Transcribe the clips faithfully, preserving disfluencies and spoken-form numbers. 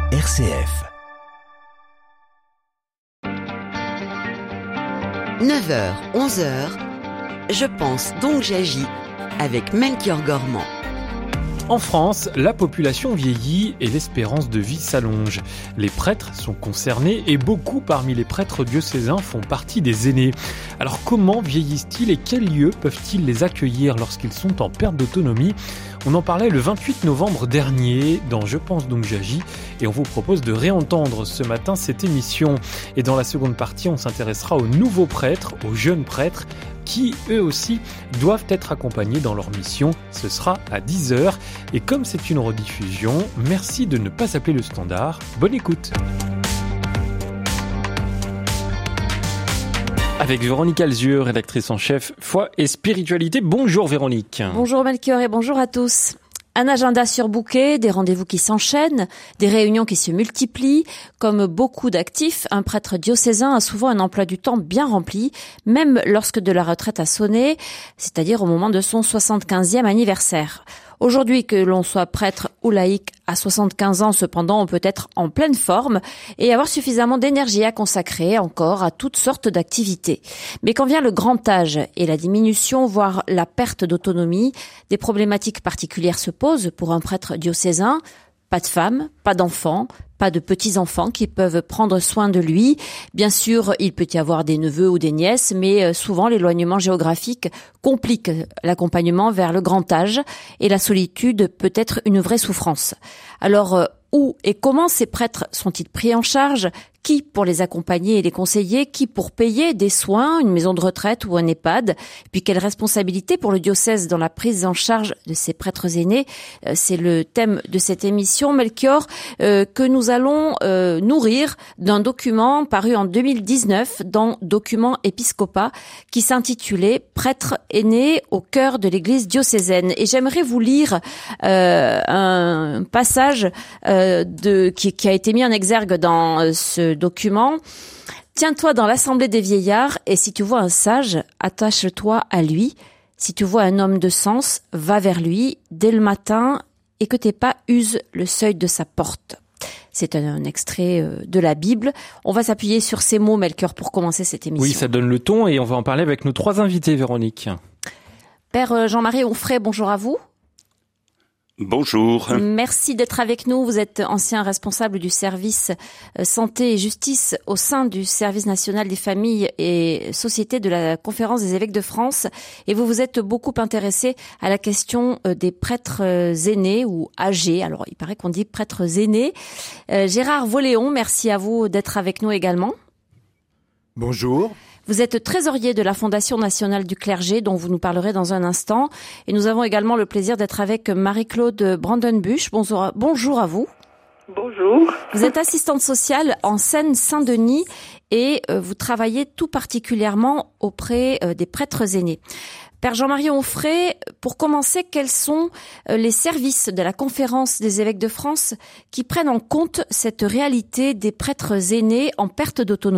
R C F. neuf heures, onze heures, je pense donc j'agis avec Melchior Gormand. En France, la population vieillit et l'espérance de vie s'allonge. Les prêtres sont concernés et beaucoup parmi les prêtres diocésains font partie des aînés. Alors comment vieillissent-ils et quels lieux peuvent-ils les accueillir lorsqu'ils sont en perte d'autonomie ? On en parlait le vingt-huit novembre dernier dans Je pense donc j'agis et on vous propose de réentendre ce matin cette émission. Et dans la seconde partie, on s'intéressera aux nouveaux prêtres, aux jeunes prêtres qui, eux aussi, doivent être accompagnés dans leur mission. Ce sera à dix heures. Et comme c'est une rediffusion, merci de ne pas appeler le standard. Bonne écoute. Avec Véronique Alzieux, rédactrice en chef Foi et Spiritualité. Bonjour Véronique. Bonjour Melchior et bonjour à tous. Un agenda surbooké, des rendez-vous qui s'enchaînent, des réunions qui se multiplient. Comme beaucoup d'actifs, un prêtre diocésain a souvent un emploi du temps bien rempli, même lorsque de la retraite a sonné, c'est-à-dire au moment de son soixante-quinzième anniversaire. Aujourd'hui, que l'on soit prêtre ou laïc à soixante-quinze ans, cependant, on peut être en pleine forme et avoir suffisamment d'énergie à consacrer encore à toutes sortes d'activités. Mais quand vient le grand âge et la diminution, voire la perte d'autonomie, des problématiques particulières se posent pour un prêtre diocésain. Pas de femme, pas d'enfants, pas de petits-enfants qui peuvent prendre soin de lui. Bien sûr, il peut y avoir des neveux ou des nièces, mais souvent l'éloignement géographique complique l'accompagnement vers le grand âge et la solitude peut être une vraie souffrance. Alors, où et comment ces prêtres sont-ils pris en charge ? Qui pour les accompagner et les conseiller ? Qui pour payer des soins, une maison de retraite ou un EHPAD ? Et puis quelle responsabilité pour le diocèse dans la prise en charge de ces prêtres aînés ? C'est le thème de cette émission, Melchior, euh, que nous allons euh, nourrir d'un document paru en deux mille dix-neuf dans Document Épiscopat qui s'intitulait « Prêtres aînés au cœur de l'église diocésaine ». Et j'aimerais vous lire euh, un passage euh, de, qui, qui a été mis en exergue dans ce document. Tiens-toi dans l'assemblée des vieillards et si tu vois un sage, attache-toi à lui. Si tu vois un homme de sens, va vers lui dès le matin et que tes pas usent le seuil de sa porte. C'est un, un extrait de la Bible. On va s'appuyer sur ces mots, Melchior, pour commencer cette émission. Oui, ça donne le ton et on va en parler avec nos trois invités, Véronique. Père Jean-Marie Onfray, bonjour à vous. Bonjour. Merci d'être avec nous. Vous êtes ancien responsable du service santé et justice au sein du service national des familles et sociétés de la Conférence des évêques de France. Et vous vous êtes beaucoup intéressé à la question des prêtres aînés ou âgés. Alors, il paraît qu'on dit prêtres aînés. Euh, Gérard Voléon, merci à vous d'être avec nous également. Bonjour. Vous êtes trésorier de la Fondation nationale du clergé, dont vous nous parlerez dans un instant. Et nous avons également le plaisir d'être avec Marie-Claude Brandenbusch. Bonjour à, bonjour à vous. Bonjour. Vous êtes assistante sociale en Seine-Saint-Denis et euh, vous travaillez tout particulièrement auprès euh, des prêtres aînés. Père Jean-Marie Onfray, pour commencer, quels sont euh, les services de la Conférence des évêques de France qui prennent en compte cette réalité des prêtres aînés en perte d'autonomie ?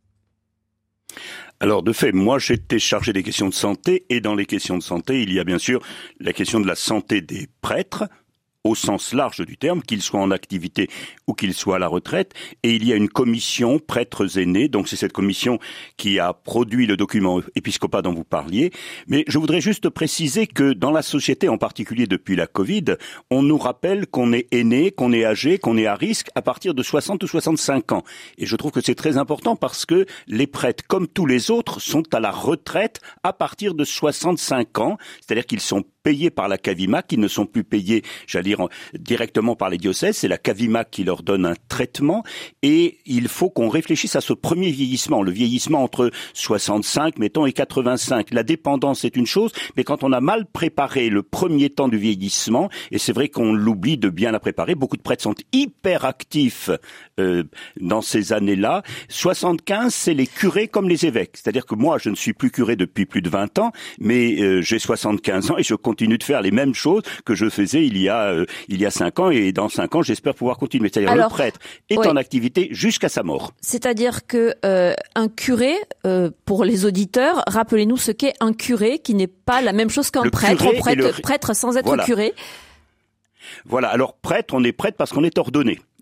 Alors, de fait, moi, j'étais chargé des questions de santé, et dans les questions de santé, il y a bien sûr la question de la santé des prêtres, au sens large du terme, qu'ils soient en activité ou qu'ils soient à la retraite, et il y a une commission prêtres aînés, donc c'est cette commission qui a produit le document Épiscopat dont vous parliez, mais je voudrais juste préciser que dans la société, en particulier depuis la Covid, on nous rappelle qu'on est aîné, qu'on est âgé, qu'on est à risque à partir de soixante ou soixante-cinq ans, et je trouve que c'est très important parce que les prêtres, comme tous les autres, sont à la retraite à partir de soixante-cinq ans, c'est-à-dire qu'ils sont payés par la Cavima, qui ne sont plus payés, j'allais dire, directement par les diocèses. C'est la Cavima qui leur donne un traitement et il faut qu'on réfléchisse à ce premier vieillissement, le vieillissement entre soixante-cinq, mettons, et quatre-vingt-cinq. La dépendance, c'est une chose, mais quand on a mal préparé le premier temps du vieillissement, et c'est vrai qu'on l'oublie de bien la préparer, beaucoup de prêtres sont hyper actifs euh, dans ces années-là. soixante-quinze, c'est les curés comme les évêques. C'est-à-dire que moi, je ne suis plus curé depuis plus de vingt ans, mais euh, j'ai soixante-quinze ans et je continue de faire les mêmes choses que je faisais il y a euh, il y a cinq ans et dans cinq ans j'espère pouvoir continuer. C'est-à-dire Alors, le prêtre est oui. en activité jusqu'à sa mort. C'est-à-dire que euh, un curé, euh, pour les auditeurs, rappelez-nous ce qu'est un curé, qui n'est pas la même chose qu'un le prêtre. On prête le... prêtre sans être voilà. curé. Voilà. Alors prêtre, on est prêtre parce qu'on est ordonné.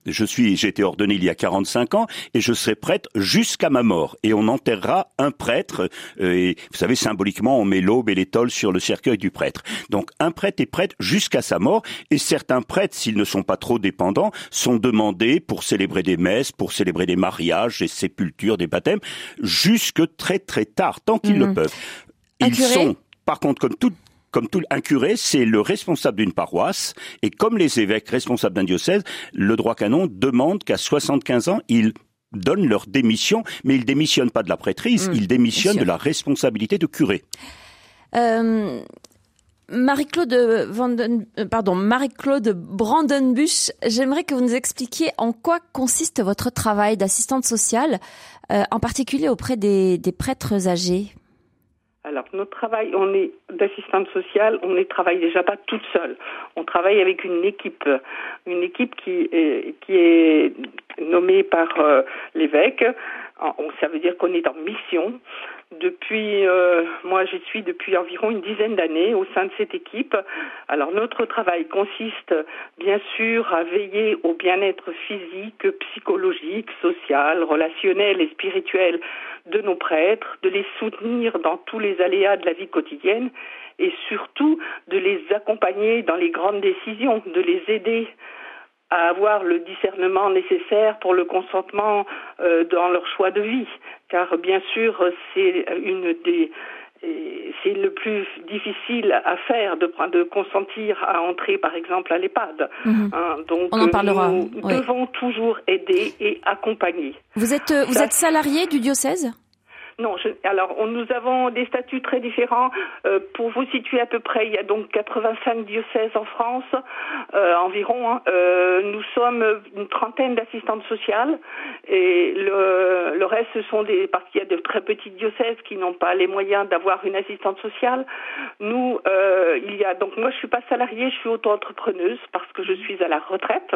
je suis, j'ai été ordonné il y a quarante-cinq ans et je serai prêtre jusqu'à ma mort. Et on enterrera un prêtre. Euh, et vous savez, symboliquement, on met l'aube et l'étole sur le cercueil du prêtre. Donc, un prêtre est prêtre jusqu'à sa mort. Et certains prêtres, s'ils ne sont pas trop dépendants, sont demandés pour célébrer des messes, pour célébrer des mariages, des sépultures, des baptêmes, jusque très très tard, tant qu'ils mmh. le peuvent. Ils sont, par contre, comme tout Comme tout un curé, c'est le responsable d'une paroisse, et comme les évêques responsables d'un diocèse, le droit canon demande qu'à soixante-quinze ans, ils donnent leur démission, mais ils démissionnent pas de la prêtrise, mmh, ils démissionnent de la responsabilité de curé. Euh, Marie-Claude Vanden, pardon, Marie-Claude Brandenbusch, j'aimerais que vous nous expliquiez en quoi consiste votre travail d'assistante sociale, euh, en particulier auprès des, des prêtres âgés. Alors, notre travail, on est d'assistante sociale, on ne travaille déjà pas toute seule. On travaille avec une équipe, une équipe qui est, qui est nommée par euh, l'évêque. Ça veut dire qu'on est en mission. Depuis, euh, moi, j'y suis depuis environ une dizaine d'années au sein de cette équipe. Alors, notre travail consiste, bien sûr, à veiller au bien-être physique, psychologique, social, relationnel et spirituel de nos prêtres, de les soutenir dans tous les aléas de la vie quotidienne et surtout de les accompagner dans les grandes décisions, de les aider à avoir le discernement nécessaire pour le consentement euh, dans leur choix de vie. Car bien sûr, c'est une des c'est le plus difficile à faire de, de consentir à entrer, par exemple, à l'EHPAD. Mmh. Hein, donc, on en parlera. Nous oui. devons toujours aider et accompagner. Vous êtes, vous Ça, êtes salarié du diocèse ? Non, je, alors on, nous avons des statuts très différents. Euh, pour vous situer à peu près, il y a donc quatre-vingt-cinq diocèses en France, euh, environ. Hein. Euh, nous sommes une trentaine d'assistantes sociales et le, le reste, ce sont des parce qu'il y a de très petits diocèses qui n'ont pas les moyens d'avoir une assistante sociale. Nous, euh, il y a donc moi, je suis pas salariée, je suis auto-entrepreneuse parce que je suis à la retraite.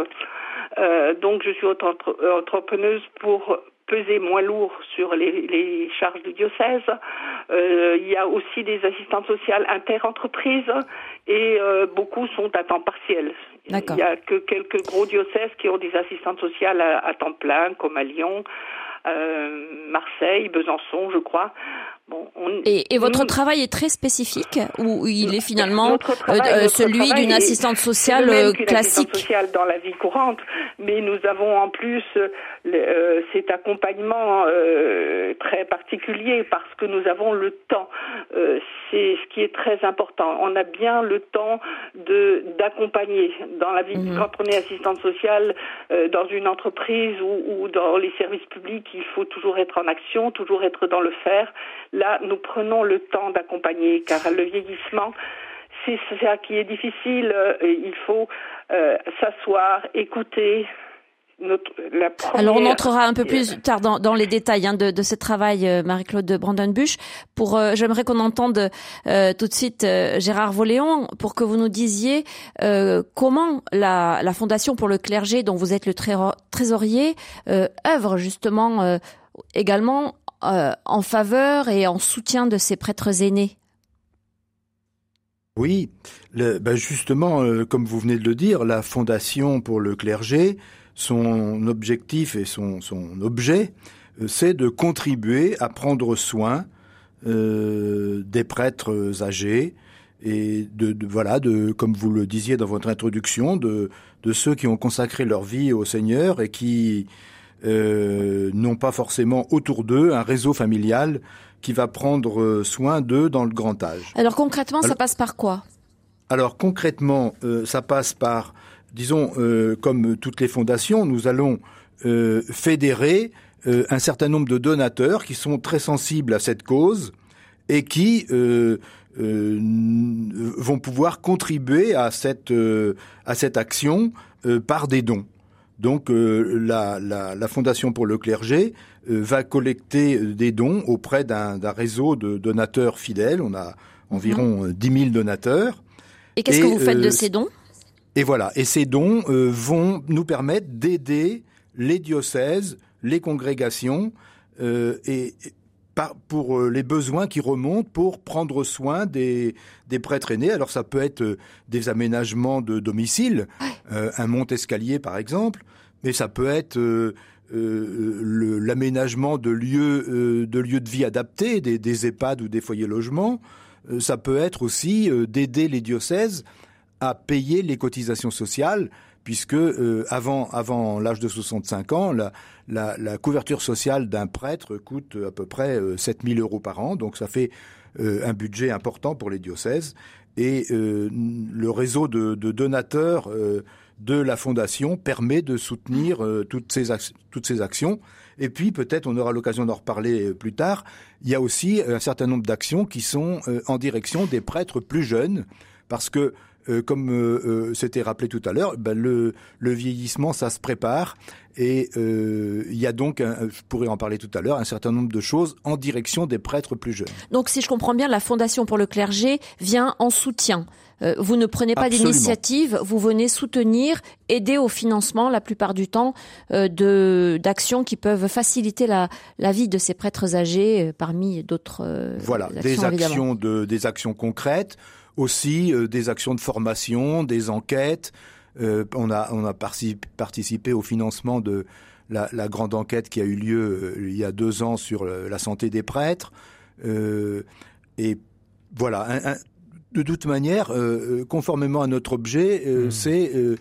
Euh, donc, je suis auto-entrepreneuse pour peser moins lourd sur les, les charges du diocèse. Euh, il y a aussi des assistantes sociales inter-entreprises et euh, beaucoup sont à temps partiel. D'accord. Il n'y a que quelques gros diocèses qui ont des assistantes sociales à, à temps plein, comme à Lyon, euh, Marseille, Besançon, je crois. Bon, on, et, et votre nous, travail est très spécifique ou il est finalement travail, euh, celui d'une assistante sociale même classique assistante sociale dans la vie courante, mais nous avons en plus euh, cet accompagnement euh, très particulier parce que nous avons le temps. Euh, c'est ce qui est très important. On a bien le temps de d'accompagner dans la vie. Mmh. Quand on est assistante sociale euh, dans une entreprise ou, ou dans les services publics, il faut toujours être en action, toujours être dans le faire. Là, nous prenons le temps d'accompagner, car le vieillissement, c'est ça qui est difficile. Il faut euh, s'asseoir, écouter. Notre, la première... Alors, on entrera un peu plus tard dans, dans les détails hein, de, de ce travail, euh, Marie-Claude Brandenbusch. Pour, euh, j'aimerais qu'on entende euh, tout de suite euh, Gérard Voléon pour que vous nous disiez euh, comment la, la Fondation pour le clergé, dont vous êtes le trésorier, euh, œuvre justement euh, également Euh, en faveur et en soutien de ces prêtres aînés. Oui, le, ben justement, euh, comme vous venez de le dire, la Fondation pour le clergé, son objectif et son, son objet, euh, c'est de contribuer à prendre soin euh, des prêtres âgés et de, de voilà, de comme vous le disiez dans votre introduction, de, de ceux qui ont consacré leur vie au Seigneur et qui Euh, n'ont pas forcément autour d'eux un réseau familial qui va prendre soin d'eux dans le grand âge. Alors concrètement, alors, ça passe par quoi ? Alors concrètement, euh, ça passe par, disons, euh, comme toutes les fondations, nous allons euh, fédérer euh, un certain nombre de donateurs qui sont très sensibles à cette cause et qui euh, euh, vont pouvoir contribuer à cette, euh, à cette action euh, par des dons. Donc euh, la, la, la Fondation pour le clergé euh, va collecter des dons auprès d'un, d'un réseau de donateurs fidèles. On a environ mmh. dix mille donateurs. Et qu'est-ce et, que vous faites euh, de ces dons ? Et voilà. Et ces dons euh, vont nous permettre d'aider les diocèses, les congrégations euh, et, et par, pour euh, les besoins qui remontent pour prendre soin des, des prêtres aînés. Alors ça peut être euh, des aménagements de domicile, euh, un monte-escalier par exemple, mais ça peut être euh, euh, le, l'aménagement de lieux, euh, de lieux de vie adaptés, des, des EHPAD ou des foyers logements. Euh, ça peut être aussi euh, d'aider les diocèses à payer les cotisations sociales, puisque euh, avant, avant l'âge de soixante-cinq ans, la, la, la couverture sociale d'un prêtre coûte à peu près euh, sept mille euros par an, donc ça fait euh, un budget important pour les diocèses. Et euh, le réseau de, de donateurs euh, de la Fondation permet de soutenir euh, toutes ces ac- toutes ces actions. Et puis peut-être on aura l'occasion d'en reparler plus tard. Il y a aussi un certain nombre d'actions qui sont euh, en direction des prêtres plus jeunes, parce que Euh, comme euh, euh, c'était rappelé tout à l'heure, ben le, le vieillissement, ça se prépare. Et euh, il y a donc, un, je pourrais en parler tout à l'heure, un certain nombre de choses en direction des prêtres plus jeunes. Donc, si je comprends bien, la Fondation pour le clergé vient en soutien. Euh, vous ne prenez pas Absolument. d'initiative, vous venez soutenir, aider au financement, la plupart du temps, euh, de d'actions qui peuvent faciliter la, la vie de ces prêtres âgés, euh, parmi d'autres euh, voilà, actions, des actions, évidemment. de, des actions concrètes. Aussi euh, des actions de formation, des enquêtes. Euh, on a on a participé au financement de la, la grande enquête qui a eu lieu euh, il y a deux ans sur le, la santé des prêtres. Euh, et voilà. Un, un, de toute manière, euh, conformément à notre objet, euh, mmh. c'est euh,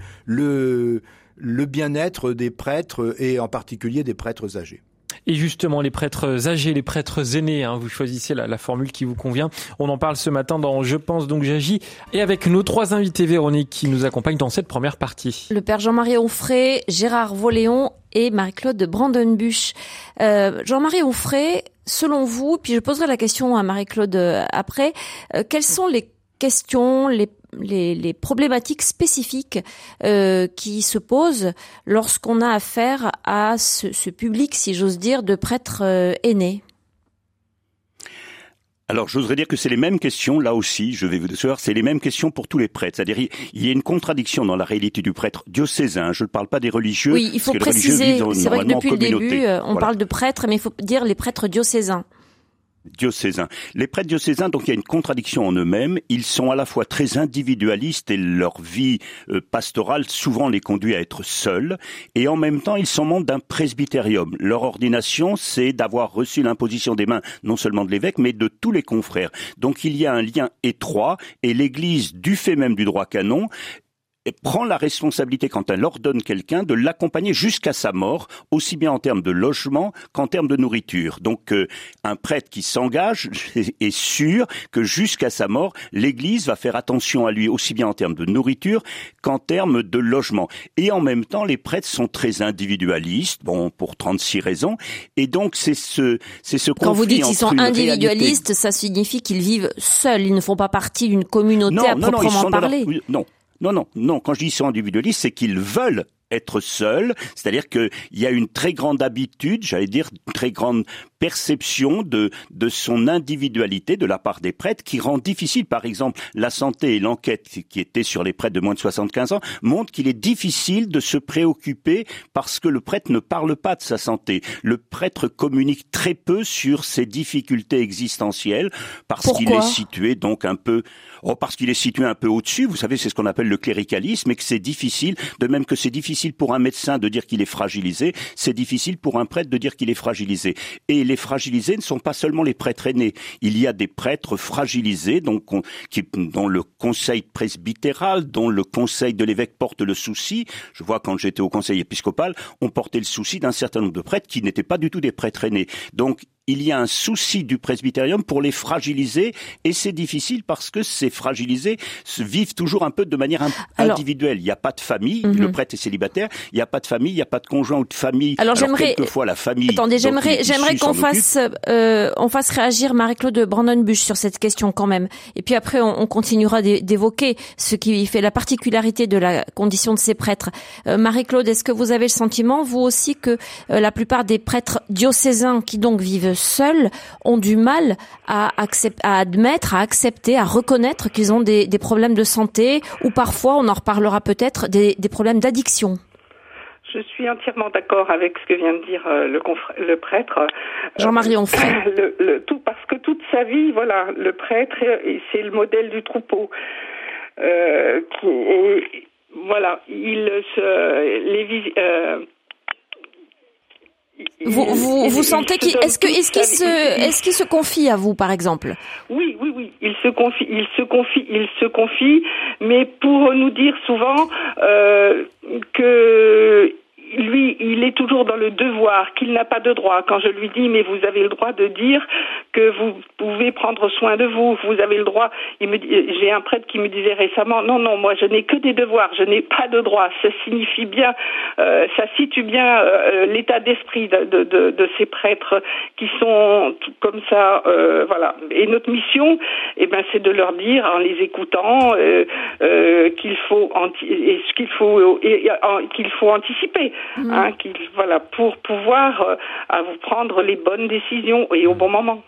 le le bien-être des prêtres et en particulier des prêtres âgés. Et justement, les prêtres âgés, les prêtres aînés, hein, vous choisissez la, la formule qui vous convient. On en parle ce matin dans Je pense donc j'agis, et avec nos trois invités, Véronique, qui nous accompagnent dans cette première partie. Le père Jean-Marie Onfray, Gérard Voléon et Marie-Claude Brandenbusch. Euh, Jean-Marie Onfray, selon vous, puis je poserai la question à Marie-Claude après, euh, quelles sont les questions, les Les, les problématiques spécifiques euh, qui se posent lorsqu'on a affaire à ce, ce public, si j'ose dire, de prêtres euh, aînés? Alors, j'oserais dire que c'est les mêmes questions, là aussi, je vais vous dire, c'est les mêmes questions pour tous les prêtres. C'est-à-dire, il y a une contradiction dans la réalité du prêtre diocésain. Je ne parle pas des religieux. Oui, il faut préciser, c'est vrai que depuis le début, on voilà. parle de prêtres, mais il faut dire les prêtres diocésains. Diocésains. Les prêtres diocésains, donc il y a une contradiction en eux-mêmes. Ils sont à la fois très individualistes et leur vie euh, pastorale souvent les conduit à être seuls. Et en même temps, ils sont membres d'un presbytérium. Leur ordination, c'est d'avoir reçu l'imposition des mains non seulement de l'évêque, mais de tous les confrères. Donc il y a un lien étroit et l'Église, du fait même du droit canon, et prend la responsabilité, quand elle ordonne quelqu'un, de l'accompagner jusqu'à sa mort, aussi bien en termes de logement qu'en termes de nourriture. Donc, euh, un prêtre qui s'engage est sûr que jusqu'à sa mort, l'Église va faire attention à lui, aussi bien en termes de nourriture qu'en termes de logement. Et en même temps, les prêtres sont très individualistes, bon, pour trente-six raisons, et donc c'est ce, c'est ce conflit. Quand vous dites qu'ils sont individualistes, réalité... ça signifie qu'ils vivent seuls, ils ne font pas partie d'une communauté non, à non, proprement non, parler. Leur... Non. Non, non, non. Quand je dis ils sont individualistes, c'est qu'ils veulent être seuls. C'est-à-dire qu'il y a une très grande habitude, j'allais dire, une très grande perception de, de son individualité de la part des prêtres qui rend difficile, par exemple, la santé et l'enquête qui était sur les prêtres de moins de soixante-quinze ans montrent qu'il est difficile de se préoccuper parce que le prêtre ne parle pas de sa santé. Le prêtre communique très peu sur ses difficultés existentielles parce Pourquoi qu'il est situé donc un peu, oh, parce qu'il est situé un peu au-dessus. Vous savez, c'est ce qu'on appelle le cléricalisme et que c'est difficile, de même que c'est difficile pour un médecin de dire qu'il est fragilisé, c'est difficile pour un prêtre de dire qu'il est fragilisé. Et les fragilisés ne sont pas seulement les prêtres aînés. Il y a des prêtres fragilisés, donc on, qui, dont le conseil presbytéral, dont le conseil de l'évêque porte le souci. Je vois quand j'étais au conseil épiscopal, on portait le souci d'un certain nombre de prêtres qui n'étaient pas du tout des prêtres aînés. Donc il y a un souci du presbytérium pour les fragiliser, et c'est difficile parce que ces fragilisés se vivent toujours un peu de manière alors, individuelle. Il n'y a pas de famille, mm-hmm. le prêtre est célibataire, il n'y a pas de famille, il n'y a pas de conjoint ou de famille. Alors, alors j'aimerais, quelquefois la famille. Attendez, j'aimerais, il, j'aimerais qu'on fasse, euh, on fasse réagir Marie-Claude Brandenbusch sur cette question quand même. Et puis après, on, on continuera d'évoquer ce qui fait la particularité de la condition de ces prêtres. Euh, Marie-Claude, est-ce que vous avez le sentiment, vous aussi, que euh, la plupart des prêtres diocésains qui donc vivent seuls ont du mal à, accept, à admettre, à accepter, à reconnaître qu'ils ont des, des problèmes de santé ou parfois, on en reparlera peut-être, des, des problèmes d'addiction? Je suis entièrement d'accord avec ce que vient de dire euh, le, confr- le prêtre. Jean-Marie Onfray. Le, le, tout, parce que toute sa vie, voilà, le prêtre, c'est le modèle du troupeau. Euh, qui est, voilà, il se, les vis- euh, Vous, vous, vous sentez qu'il, est-ce que, est-ce qu'il se, est-ce qu'il se confie à vous, par exemple? Oui, oui, oui. Il se confie, il se confie, il se confie, mais pour nous dire souvent euh, que lui, il est toujours dans le devoir, qu'il n'a pas de droit. Quand je lui dis, mais vous avez le droit de dire que vous pouvez prendre soin de vous, vous avez le droit. Il me, j'ai un prêtre qui me disait récemment, non, non, moi je n'ai que des devoirs, je n'ai pas de droit. Ça signifie bien, euh, ça situe bien euh, l'état d'esprit de, de, de, de ces prêtres qui sont comme ça, euh, voilà. Et notre mission, eh ben, c'est de leur dire, en les écoutant, euh, euh, qu'il faut anti- et ce qu'il faut, et, et, qu'il faut anticiper. Mmh. Hein, qu'il, voilà, pour pouvoir euh, à vous prendre les bonnes décisions et au bon moment.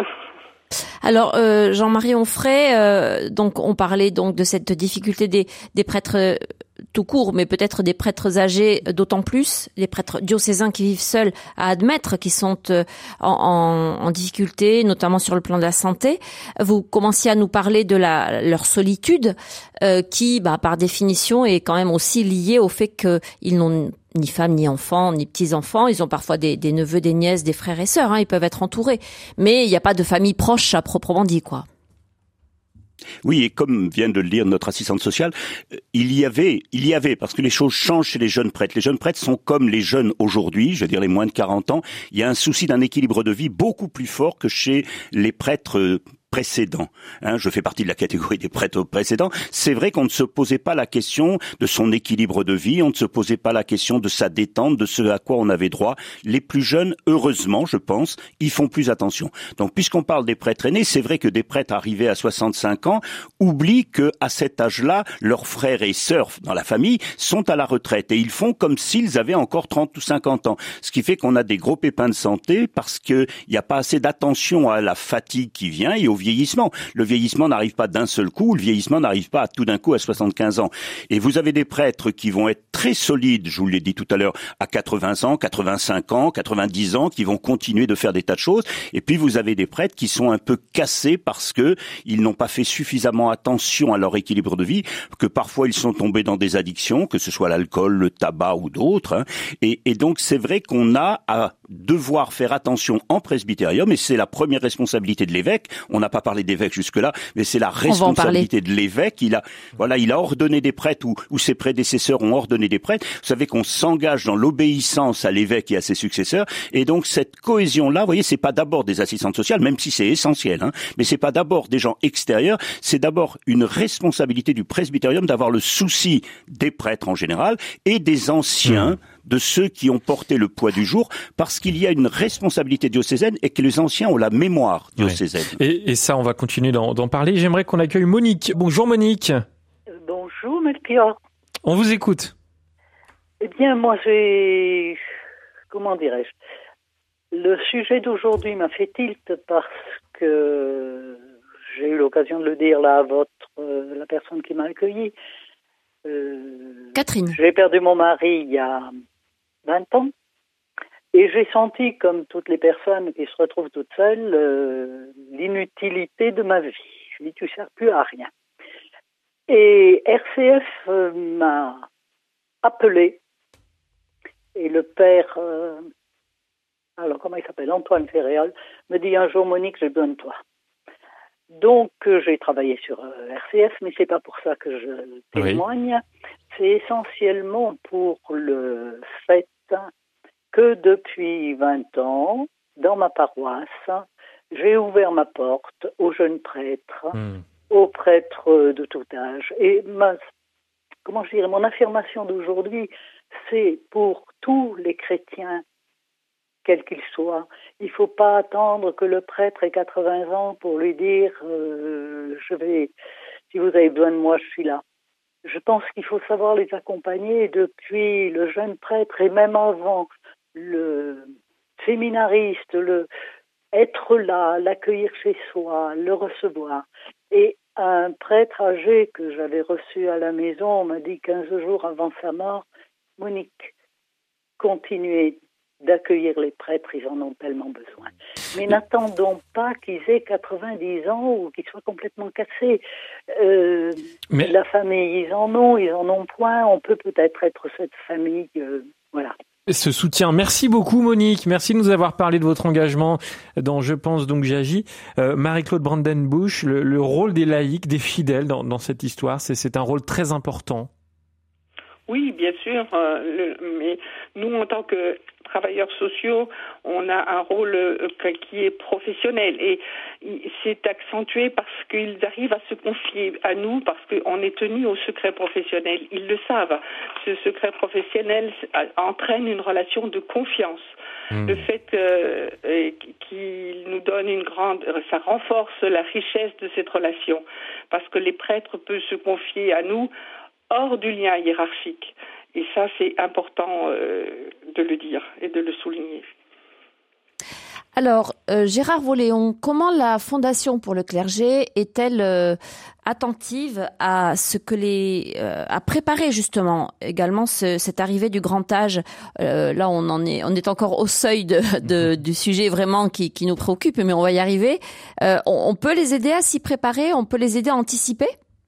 Alors euh, Jean-Marie Onfray, euh, donc on parlait donc de cette difficulté des, des prêtres euh, tout court, mais peut-être des prêtres âgés d'autant plus, les prêtres diocésains qui vivent seuls, à admettre qu'ils sont euh, en, en, en difficulté, notamment sur le plan de la santé. Vous commenciez à nous parler de la, leur solitude, euh, qui, bah, par définition, est quand même aussi liée au fait qu'ils n'ont ni femme, ni enfants, ni petits-enfants. Ils ont parfois des, des neveux, des nièces, des frères et sœurs. Hein, ils peuvent être entourés. Mais il n'y a pas de famille proche à proprement dit, quoi. Oui, et comme vient de le dire notre assistante sociale, il y avait, il y avait, parce que les choses changent chez les jeunes prêtres. Les jeunes prêtres sont comme les jeunes aujourd'hui, je veux dire les moins de quarante ans. Il y a un souci d'un équilibre de vie beaucoup plus fort que chez les prêtres précédents. Hein, je fais partie de la catégorie des prêtres précédents. C'est vrai qu'on ne se posait pas la question de son équilibre de vie, on ne se posait pas la question de sa détente, de ce à quoi on avait droit. Les plus jeunes, heureusement, je pense, y font plus attention. Donc, puisqu'on parle des prêtres aînés, c'est vrai que des prêtres arrivés à soixante-cinq ans oublient que, à cet âge-là, leurs frères et sœurs dans la famille sont à la retraite et ils font comme s'ils avaient encore trente ou cinquante ans. Ce qui fait qu'on a des gros pépins de santé parce qu'il n'y a pas assez d'attention à la fatigue qui vient et au vieillissement. Le vieillissement n'arrive pas d'un seul coup, le vieillissement n'arrive pas tout d'un coup à soixante-quinze ans. Et vous avez des prêtres qui vont être très solides, je vous l'ai dit tout à l'heure, à quatre-vingts ans, quatre-vingt-cinq ans, quatre-vingt-dix ans, qui vont continuer de faire des tas de choses. Et puis vous avez des prêtres qui sont un peu cassés parce que ils n'ont pas fait suffisamment attention à leur équilibre de vie, que parfois ils sont tombés dans des addictions, que ce soit l'alcool, le tabac ou d'autres. Hein. Et, et donc c'est vrai qu'on a à devoir faire attention en presbytérium, et c'est la première responsabilité de l'évêque. On n'a pas parlé d'évêque jusque-là, mais c'est la responsabilité de l'évêque. Il a, voilà, il a ordonné des prêtres ou, ou ses prédécesseurs ont ordonné des prêtres. Vous savez qu'on s'engage dans l'obéissance à l'évêque et à ses successeurs, et donc cette cohésion-là, vous voyez, c'est pas d'abord des assistantes sociales, même si c'est essentiel, hein, mais c'est pas d'abord des gens extérieurs. C'est d'abord une responsabilité du presbytérium d'avoir le souci des prêtres en général et des anciens. Mmh. De ceux qui ont porté le poids du jour, parce qu'il y a une responsabilité diocésaine et que les anciens ont la mémoire diocésaine. Ouais. Et, et ça, on va continuer d'en, d'en parler. J'aimerais qu'on accueille Monique. Bonjour Monique. Bonjour Melchior. On vous écoute. Eh bien, moi j'ai... Comment dirais-je ? Le sujet d'aujourd'hui m'a fait tilt parce que j'ai eu l'occasion de le dire là à votre, euh, la personne qui m'a accueilli. Euh, Catherine. J'ai perdu mon mari il y a vingt ans et j'ai senti, comme toutes les personnes qui se retrouvent toutes seules, euh, l'inutilité de ma vie. Je dis, tu ne sers plus à rien. Et R C F euh, m'a appelé et le père, euh, alors comment il s'appelle, Antoine Ferréol, me dit un jour, Monique, j'ai besoin de toi. Donc, euh, j'ai travaillé sur euh, R C F, mais c'est pas pour ça que je témoigne. Oui. C'est essentiellement pour le fait que depuis vingt ans, dans ma paroisse, j'ai ouvert ma porte aux jeunes prêtres, mmh. aux prêtres de tout âge. Et ma, comment je dirais, mon affirmation d'aujourd'hui, c'est pour tous les chrétiens, quel qu'il soit. Il ne faut pas attendre que le prêtre ait quatre-vingts ans pour lui dire euh, je vais, si vous avez besoin de moi, je suis là. Je pense qu'il faut savoir les accompagner depuis le jeune prêtre et même avant le séminariste, le être là, l'accueillir chez soi, le recevoir. Et un prêtre âgé que j'avais reçu à la maison m'a dit quinze jours avant sa mort, Monique, continuez d'accueillir les prêtres, ils en ont tellement besoin. Mais n'attendons pas qu'ils aient quatre-vingt-dix ans ou qu'ils soient complètement cassés. Euh, Mais... La famille, ils en ont, ils en ont point. On peut peut-être être cette famille, euh, voilà. Ce soutien. Merci beaucoup Monique, merci de nous avoir parlé de votre engagement dans Je pense donc j'agis. Euh, Marie-Claude Brandenbusch, le, le rôle des laïcs, des fidèles dans, dans cette histoire, c'est, c'est un rôle très important. Oui, bien sûr, euh, le, mais nous, en tant que travailleurs sociaux, on a un rôle euh, qui est professionnel et c'est accentué parce qu'ils arrivent à se confier à nous parce qu'on est tenu au secret professionnel. Ils le savent. Ce secret professionnel entraîne une relation de confiance. Mmh. Le fait euh, qu'il nous donne une grande... Ça renforce la richesse de cette relation parce que les prêtres peuvent se confier à nous hors du lien hiérarchique. Et ça, c'est important euh, de le dire et de le souligner. Alors, euh, Gérard Voléon, comment la Fondation pour le clergé est-elle euh, attentive à ce que les... Euh, à préparer justement également ce, cette arrivée du grand âge euh, Là, on en est, on est encore au seuil de, de, du sujet vraiment qui, qui nous préoccupe, mais on va y arriver. Euh, on, on peut les aider à s'y préparer? On peut les aider à anticiper?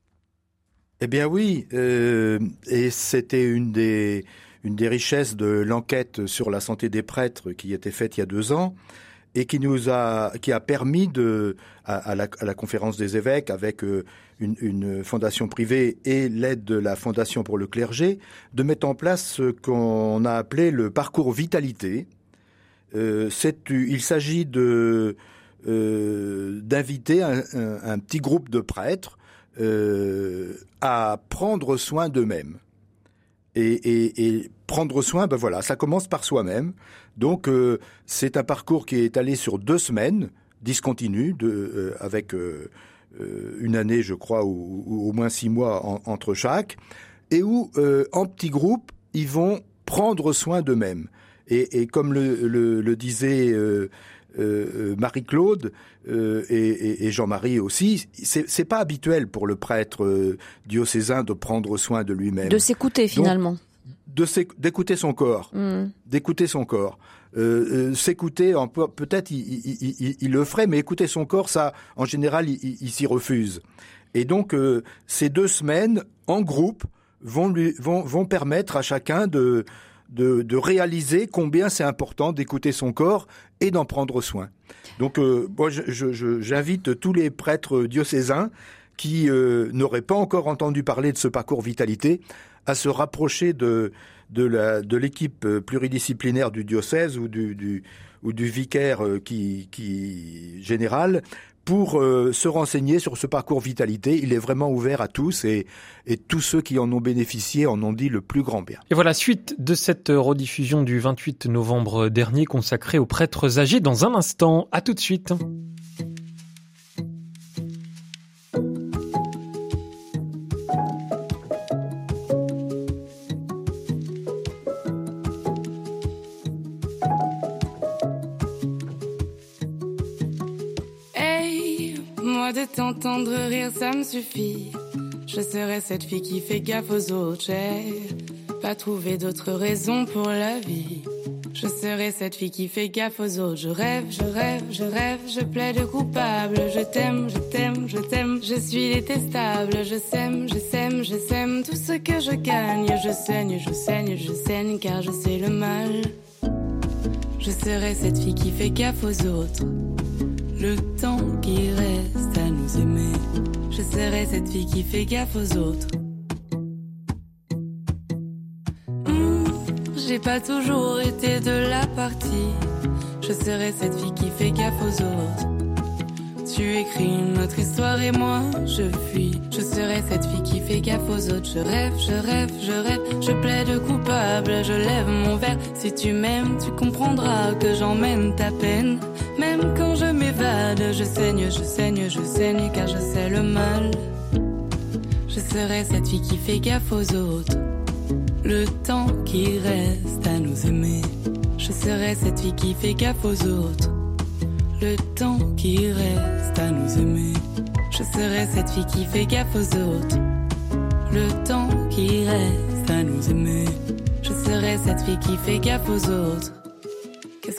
Eh bien oui, euh, et c'était une des, une des richesses de l'enquête sur la santé des prêtres qui était faite il y a deux ans et qui nous a, qui a permis de, à, à, la, à la conférence des évêques avec euh, une, une fondation privée et l'aide de la Fondation pour le clergé, de mettre en place ce qu'on a appelé le parcours vitalité. Euh, c'est, il s'agit de, euh, d'inviter un, un, un petit groupe de prêtres Euh, à prendre soin d'eux-mêmes. Et, et, et prendre soin, ben voilà, ça commence par soi-même. Donc, euh, c'est un parcours qui est allé sur deux semaines, discontinu, de, euh, avec euh, une année, je crois, ou, ou au moins six mois en, entre chaque, et où, euh, en petits groupes, ils vont prendre soin d'eux-mêmes. Et, et comme le, le, le disait euh, euh, Marie-Claude euh, et, et, et Jean-Marie aussi, c'est, c'est pas habituel pour le prêtre euh, diocésain de prendre soin de lui-même. De s'écouter finalement. Donc, de d'écouter son corps, mmh. d'écouter son corps. Euh, euh, s'écouter, en, peut-être il, il, il, il le ferait, mais écouter son corps, ça, en général, il, il, il s'y refuse. Et donc, euh, ces deux semaines en groupe vont lui vont vont permettre à chacun de de, de réaliser combien c'est important d'écouter son corps et d'en prendre soin. Donc, euh, moi, je, je, j'invite tous les prêtres diocésains qui euh, n'auraient pas encore entendu parler de ce parcours vitalité à se rapprocher de de la de l'équipe pluridisciplinaire du diocèse ou du du ou du vicaire qui qui général pour euh, se renseigner sur ce parcours vitalité. Il est vraiment ouvert à tous et et tous ceux qui en ont bénéficié en ont dit le plus grand bien. Et voilà, suite de cette rediffusion du vingt-huit novembre dernier consacrée aux prêtres âgés dans un instant. À tout de suite. De t'entendre rire, ça me suffit. Je serai cette fille qui fait gaffe aux autres. J'ai pas trouvé d'autre raison pour la vie. Je serai cette fille qui fait gaffe aux autres. Je rêve, je rêve, je rêve, je plaide coupable. Je t'aime, je t'aime, je t'aime. Je suis détestable. Je sème, je sème, je sème tout ce que je gagne. Je saigne, je saigne, je saigne car je sais le mal. Je serai cette fille qui fait gaffe aux autres. Le temps qui reste à nous aimer. Je serai cette fille qui fait gaffe aux autres. Mmh, j'ai pas toujours été de la partie. Je serai cette fille qui fait gaffe aux autres. Tu écris notre histoire et moi je fuis. Je serai cette fille qui fait gaffe aux autres. Je rêve, je rêve, je rêve, je plaide coupable. Je lève mon verre. Si tu m'aimes, tu comprendras que j'emmène ta peine. Même quand je m'évade, je saigne, je saigne, je saigne car je sais le mal. Je serai cette fille qui fait gaffe aux autres. Le temps qui reste à nous aimer. Je serai cette fille qui fait gaffe aux autres. Le temps qui reste à nous aimer. Je serai cette fille qui fait gaffe aux autres. Le temps qui reste à nous aimer. Je serai cette fille qui fait gaffe aux autres.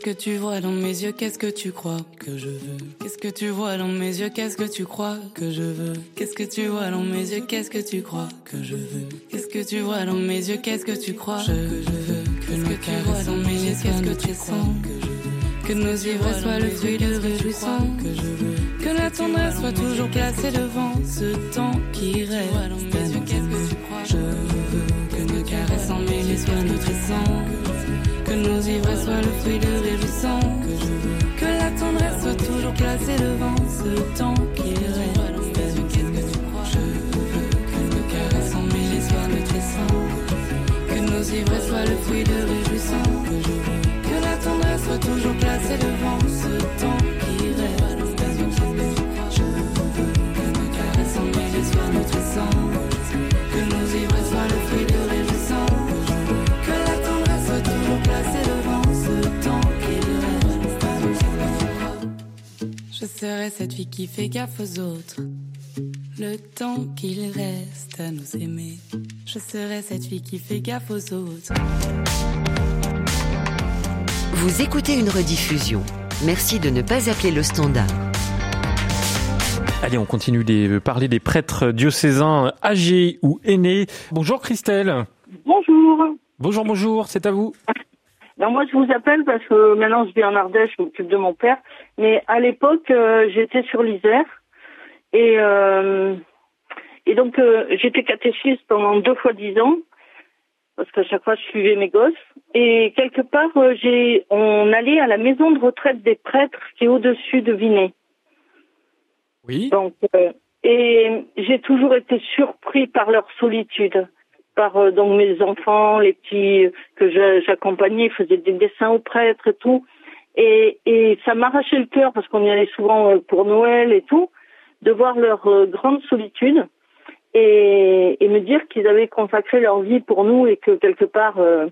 que tu vois dans mes yeux, qu'est-ce que tu crois que je veux? Qu'est-ce que tu vois dans mes yeux, qu'est-ce que tu crois que je veux? Qu'est-ce que tu vois dans mes yeux, qu'est-ce que tu crois que je veux? Qu'est-ce que tu vois dans mes yeux, qu'est-ce que tu crois que je veux? Qu'est-ce que tu vois dans mes yeux, qu'est-ce que tu sens que je veux? Que nos ivresses soient le fruit de réjouissant que je veux. Que la tendresse soit toujours placée devant ce temps qui reste à nos yeux, qu'est-ce que tu crois? Je veux que nos caresses en mêlée soient nutrissants. Que nos ivresses soient le fruit de réjouissant que je veux. Que la tendresse soit toujours placée devant ce temps qui reste à nos yeux, qu'est-ce que tu crois? Je veux que nos caresses en mêlée soient nutrissants. Que nos ivresses soient le fruit de réjouissant que je veux. Que la tendresse soit toujours placée devant ce temps qui reste. Je veux que nos caresses en mêlée soient nutrissants. Que nos ivresses soient le fruit de réjouissant. Que la tendresse soit toujours placée devant ce temps qui reste. Je serai cette fille qui fait gaffe aux autres. Le temps qu'il reste à nous aimer. Je serai cette fille qui fait gaffe aux autres. Vous écoutez une rediffusion. Merci de ne pas appeler le standard. Allez, on continue de parler des prêtres diocésains âgés ou aînés. Bonjour Christelle. Bonjour. Bonjour, bonjour, c'est à vous. Non, moi je vous appelle parce que maintenant je vis en Ardèche, je m'occupe de mon père. Mais à l'époque, euh, j'étais sur l'Isère. Et, euh, et donc euh, j'étais catéchiste pendant deux fois dix ans. Parce qu'à chaque fois je suivais mes gosses. Et quelque part, euh, j'ai, on allait à la maison de retraite des prêtres qui est au-dessus de Vinay. Oui. Donc, euh, et j'ai toujours été surpris par leur solitude. Par euh, donc mes enfants, les petits que je, j'accompagnais, faisaient des dessins aux prêtres et tout. Et, et ça m'arrachait le cœur parce qu'on y allait souvent euh, pour Noël et tout, de voir leur euh, grande solitude. Et, et me dire qu'ils avaient consacré leur vie pour nous et que quelque part euh,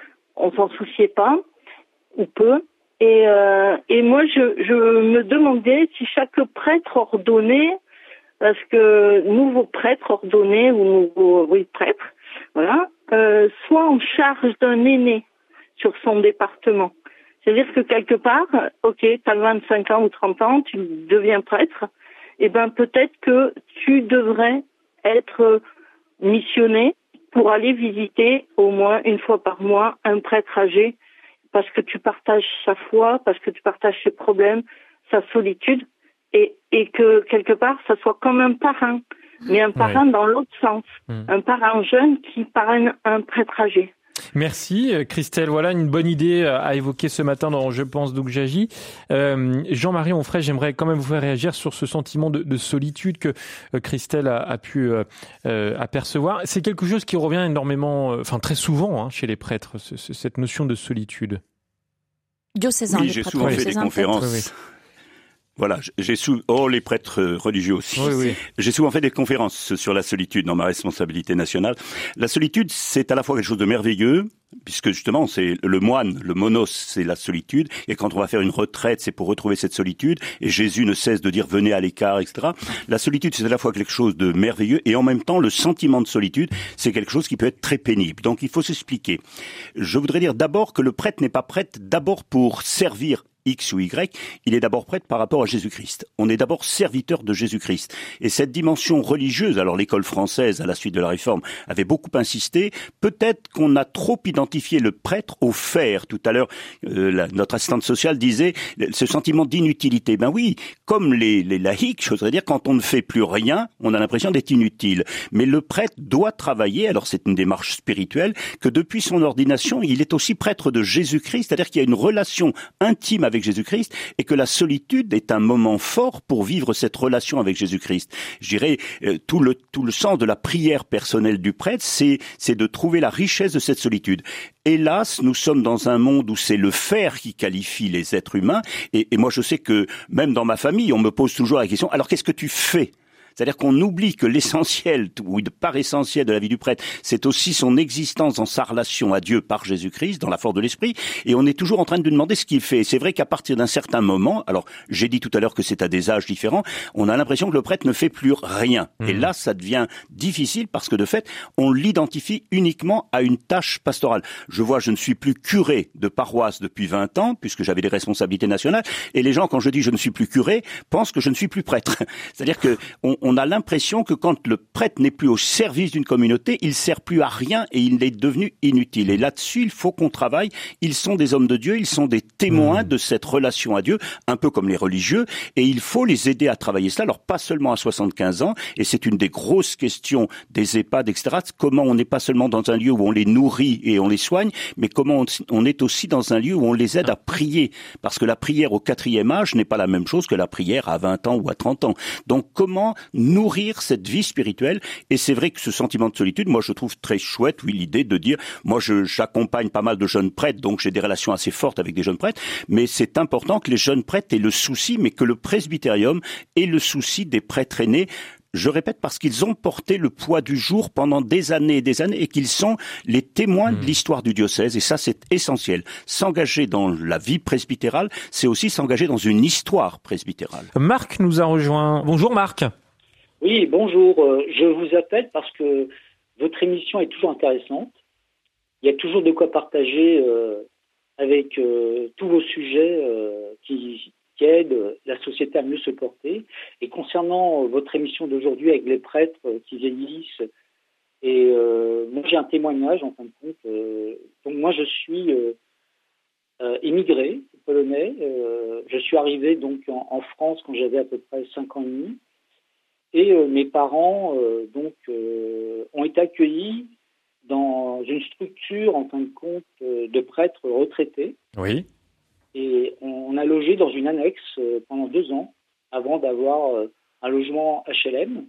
on s'en souciait pas ou peu. Et, euh, et moi je, je me demandais si chaque prêtre ordonné, parce que nouveau prêtre ordonné ou nouveau oui prêtre, voilà, euh, soit en charge d'un aîné sur son département. C'est-à-dire que quelque part, ok, t'as vingt-cinq ans ou trente ans, tu deviens prêtre, et ben peut-être que tu devrais être missionné pour aller visiter au moins une fois par mois un prêtre âgé parce que tu partages sa foi, parce que tu partages ses problèmes, sa solitude et, et que quelque part ça soit comme un parrain, mais un parrain ouais. dans l'autre sens, mmh. un parrain jeune qui parraine un prêtre âgé. Merci Christelle, voilà une bonne idée à évoquer ce matin dans Je pense donc j'agis. Euh, Jean-Marie Onfray, j'aimerais quand même vous faire réagir sur ce sentiment de, de solitude que euh, Christelle a, a pu euh, euh, apercevoir. C'est quelque chose qui revient énormément, euh, enfin très souvent hein, chez les prêtres, ce, ce, cette notion de solitude. Diocésain, oui, j'ai souvent fait des conférences. Oui, oui. Voilà, j'ai sou... oh les prêtres religieux aussi. Oui, oui. J'ai souvent fait des conférences sur la solitude dans ma responsabilité nationale. La solitude, c'est à la fois quelque chose de merveilleux, puisque justement c'est le moine, le monos, c'est la solitude. Et quand on va faire une retraite, c'est pour retrouver cette solitude. Et Jésus ne cesse de dire venez à l'écart, et cetera. La solitude, c'est à la fois quelque chose de merveilleux et en même temps le sentiment de solitude, c'est quelque chose qui peut être très pénible. Donc il faut s'expliquer. Je voudrais dire d'abord que le prêtre n'est pas prêtre d'abord pour servir X ou Y, il est d'abord prêtre par rapport à Jésus-Christ. On est d'abord serviteur de Jésus-Christ. Et cette dimension religieuse, alors l'école française, à la suite de la Réforme, avait beaucoup insisté. Peut-être qu'on a trop identifié le prêtre au faire. Tout à l'heure, euh, la, notre assistante sociale disait ce sentiment d'inutilité. Ben oui, comme les, les laïcs, je voudrais dire, quand on ne fait plus rien, on a l'impression d'être inutile. Mais le prêtre doit travailler, alors c'est une démarche spirituelle, que depuis son ordination, il est aussi prêtre de Jésus-Christ, c'est-à-dire qu'il y a une relation intime avec Jésus-Christ et que la solitude est un moment fort pour vivre cette relation avec Jésus-Christ. Je dirais euh, tout le tout le sens de la prière personnelle du prêtre, c'est c'est de trouver la richesse de cette solitude. Hélas, nous sommes dans un monde où c'est le faire qui qualifie les êtres humains et, et moi je sais que même dans ma famille, on me pose toujours la question alors qu'est-ce que tu fais ? C'est-à-dire qu'on oublie que l'essentiel, ou de part essentielle de la vie du prêtre, c'est aussi son existence dans sa relation à Dieu par Jésus-Christ, dans la force de l'Esprit, et on est toujours en train de lui demander ce qu'il fait. Et c'est vrai qu'à partir d'un certain moment, alors j'ai dit tout à l'heure que c'est à des âges différents, on a l'impression que le prêtre ne fait plus rien. Mmh. Et là, ça devient difficile parce que de fait, on l'identifie uniquement à une tâche pastorale. Je vois, je ne suis plus curé de paroisse depuis vingt ans, puisque j'avais des responsabilités nationales, et les gens, quand je dis je ne suis plus curé, pensent que je ne suis plus prêtre. C'est-à-dire que on, on a l'impression que quand le prêtre n'est plus au service d'une communauté, il sert plus à rien et il est devenu inutile. Et là-dessus, il faut qu'on travaille. Ils sont des hommes de Dieu, ils sont des témoins mmh. de cette relation à Dieu, un peu comme les religieux, et il faut les aider à travailler cela. Alors pas seulement à soixante-quinze ans, et c'est une des grosses questions des EHPAD, et cetera. Comment on n'est pas seulement dans un lieu où on les nourrit et on les soigne, mais comment on, on est aussi dans un lieu où on les aide à prier. Parce que la prière au quatrième âge n'est pas la même chose que la prière à vingt ans ou à trente ans. Donc comment nourrir cette vie spirituelle? Et c'est vrai que ce sentiment de solitude, moi je trouve très chouette, oui, l'idée de dire, moi je, j'accompagne pas mal de jeunes prêtres, donc j'ai des relations assez fortes avec des jeunes prêtres, mais c'est important que les jeunes prêtres aient le souci, mais que le presbytérium ait le souci des prêtres aînés. Je répète, parce qu'ils ont porté le poids du jour pendant des années et des années et qu'ils sont les témoins mmh. de l'histoire du diocèse. Et ça, c'est essentiel. S'engager dans la vie presbytérale, c'est aussi s'engager dans une histoire presbytérale. Marc nous a rejoint. Bonjour Marc. Oui, bonjour. Je vous appelle parce que votre émission est toujours intéressante. Il y a toujours de quoi partager euh, avec euh, tous vos sujets euh, qui... qui aide la société à mieux se porter. Et concernant votre émission d'aujourd'hui avec les prêtres qui vieillissent, et euh, moi j'ai un témoignage en fin de compte. Euh, donc moi je suis euh, euh, immigré polonais. Euh, je suis arrivé donc en, en France quand j'avais à peu près cinq ans et demi. Et euh, mes parents euh, donc euh, ont été accueillis dans une structure en fin de compte euh, de prêtres retraités. Oui. Et on a logé dans une annexe pendant deux ans avant d'avoir un logement H L M.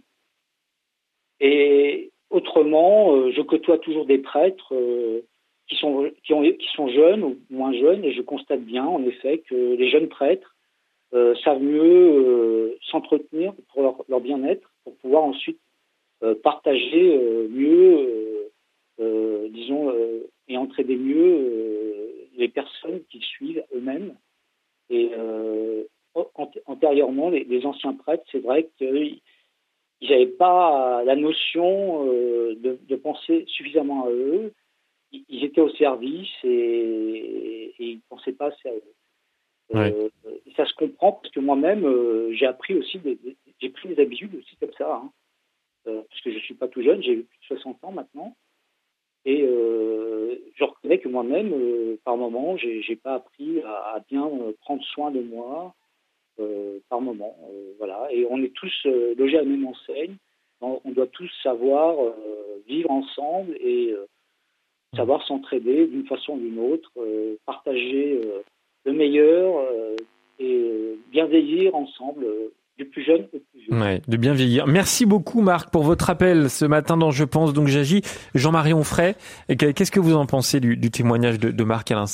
Et autrement, je côtoie toujours des prêtres qui sont, qui ont, qui sont jeunes ou moins jeunes, et je constate bien, en effet, que les jeunes prêtres euh, savent mieux euh, s'entretenir pour leur, leur bien-être, pour pouvoir ensuite euh, partager euh, mieux, euh, euh, disons, euh, et entraider mieux euh, les personnes qui suivent eux-mêmes. Et euh, antérieurement, les, les anciens prêtres, c'est vrai qu'ils n'avaient pas la notion euh, de, de penser suffisamment à eux. Ils étaient au service et, et ils ne pensaient pas assez à eux. Ouais. Euh, et ça se comprend parce que moi-même, euh, j'ai appris aussi, des, des, j'ai pris des habitudes aussi comme ça. Hein. Euh, parce que je ne suis pas tout jeune, j'ai plus de soixante ans maintenant. Et euh, je reconnais que moi-même, euh, par moment, j'ai, j'ai pas appris à, à bien euh, prendre soin de moi euh, par moment. Euh, voilà. Et on est tous euh, logés à la même enseigne. On, on doit tous savoir euh, vivre ensemble et euh, savoir s'entraider d'une façon ou d'une autre, euh, partager euh, le meilleur euh, et euh, bien vieillir ensemble. Euh, du plus jeune au plus vieux. Ouais, de bien vieillir. Merci beaucoup Marc pour votre appel ce matin dans Je pense donc j'agis. Jean-Marie Onfray, qu'est-ce que vous en pensez du, du témoignage de, de Marc à l'instant ?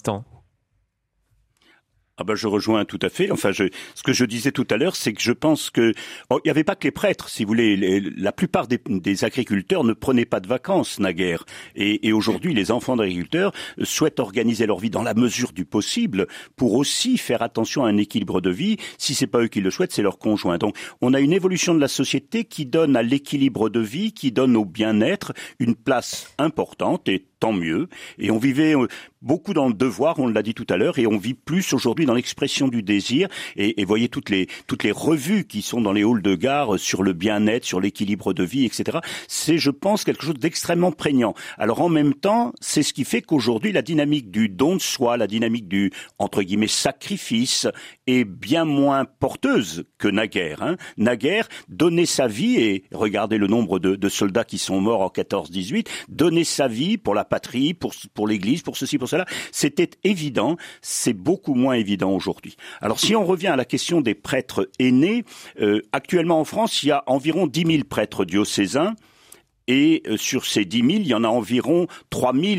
Ah ben je rejoins tout à fait. Enfin, je, ce que je disais tout à l'heure, c'est que je pense que oh, il n'y avait pas que les prêtres, si vous voulez. Les, la plupart des, des agriculteurs ne prenaient pas de vacances naguère. Et, et aujourd'hui, les enfants d'agriculteurs souhaitent organiser leur vie dans la mesure du possible pour aussi faire attention à un équilibre de vie. Si c'est pas eux qui le souhaitent, c'est leur conjoint. Donc, on a une évolution de la société qui donne à l'équilibre de vie, qui donne au bien-être une place importante et tant mieux. Et on vivait beaucoup dans le devoir, on l'a dit tout à l'heure, et on vit plus aujourd'hui dans l'expression du désir. Et, et voyez toutes les toutes les revues qui sont dans les halls de gare sur le bien-être, sur l'équilibre de vie, et cetera. C'est, je pense, quelque chose d'extrêmement prégnant. Alors en même temps, c'est ce qui fait qu'aujourd'hui, la dynamique du don de soi, la dynamique du, entre guillemets, sacrifice, est bien moins porteuse que naguère. Hein. Naguère, donner sa vie, et regardez le nombre de, de soldats qui sont morts en quatorze dix-huit, donner sa vie pour la patrie, pour, pour l'église, pour ceci, pour cela, c'était évident, c'est beaucoup moins évident aujourd'hui. Alors si on revient à la question des prêtres aînés, euh, actuellement en France, il y a environ dix mille prêtres diocésains, et euh, sur ces dix mille, il y en a environ trois mille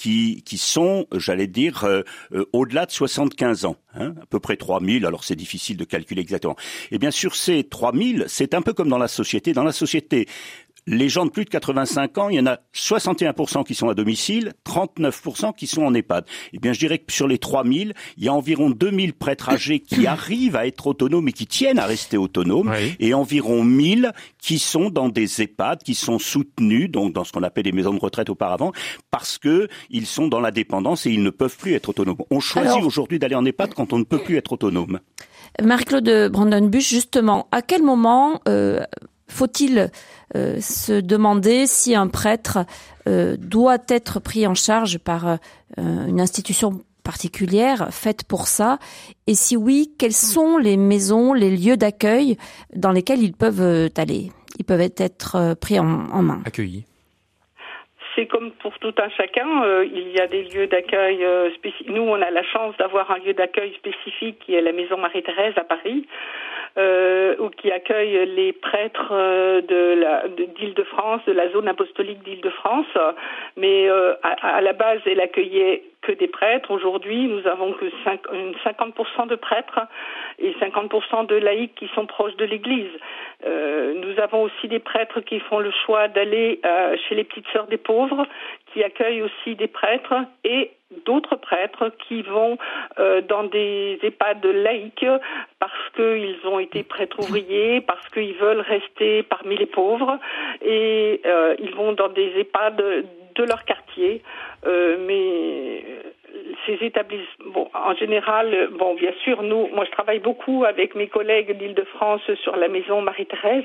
qui qui sont, j'allais dire, euh, euh, au-delà de soixante-quinze ans, hein, à peu près trois mille. Alors c'est difficile de calculer exactement. Et bien sur ces trois mille, c'est un peu comme dans la société. Dans la société, les gens de plus de quatre-vingt-cinq ans, il y en a soixante et un pour cent qui sont à domicile, trente-neuf pour cent qui sont en EHPAD. Eh bien, je dirais que sur les trois mille, il y a environ deux mille prêtres âgés qui arrivent à être autonomes et qui tiennent à rester autonomes, oui. et environ mille qui sont dans des EHPAD, qui sont soutenus, donc dans ce qu'on appelle les maisons de retraite auparavant, parce que ils sont dans la dépendance et ils ne peuvent plus être autonomes. On choisit Alors... aujourd'hui d'aller en EHPAD quand on ne peut plus être autonome. Marie-Claude Brandon-Busch, justement, à quel moment euh, faut-il euh, se demander si un prêtre euh, doit être pris en charge par euh, une institution particulière faite pour ça, et si oui, quelles sont les maisons, les lieux d'accueil dans lesquels ils peuvent aller, ils peuvent être pris en, en main, accueillis? C'est comme pour tout un chacun, euh, il y a des lieux d'accueil euh, spécifiques. Nous, on a la chance d'avoir un lieu d'accueil spécifique qui est la Maison Marie-Thérèse à Paris, euh, ou qui accueille les prêtres euh, de la, de, d'Île-de-France, de la zone apostolique d'Île-de-France. Mais euh, à, à la base, elle accueillait que des prêtres. Aujourd'hui, nous avons que cinquante pour cent de prêtres et cinquante pour cent de laïcs qui sont proches de l'Église. Euh, nous avons aussi des prêtres qui font le choix d'aller euh, chez les petites sœurs des pauvres, qui accueillent aussi des prêtres, et d'autres prêtres qui vont euh, dans des EHPAD laïques parce qu'ils ont été prêtres ouvriers, parce qu'ils veulent rester parmi les pauvres, et euh, ils vont dans des EHPAD de leur quartier. Euh, mais ces établissements, bon, en général, bon, bien sûr, nous, moi, je travaille beaucoup avec mes collègues d'Île-de-France sur la Maison Marie-Thérèse,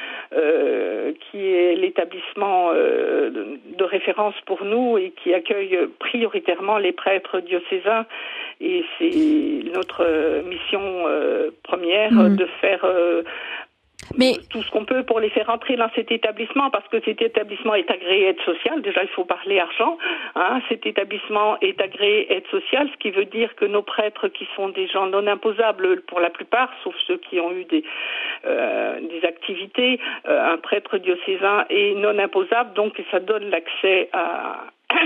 euh, qui est l'établissement euh, de, de référence pour nous et qui accueille prioritairement les prêtres diocésains. Et c'est notre mission euh, première mmh. de faire euh, Mais... tout ce qu'on peut pour les faire entrer dans cet établissement, parce que cet établissement est agréé aide sociale. Déjà, il faut parler argent. Hein. Cet établissement est agréé aide sociale, ce qui veut dire que nos prêtres, qui sont des gens non imposables pour la plupart, sauf ceux qui ont eu des, euh, des activités, euh, un prêtre diocésain est non imposable, donc ça donne l'accès à...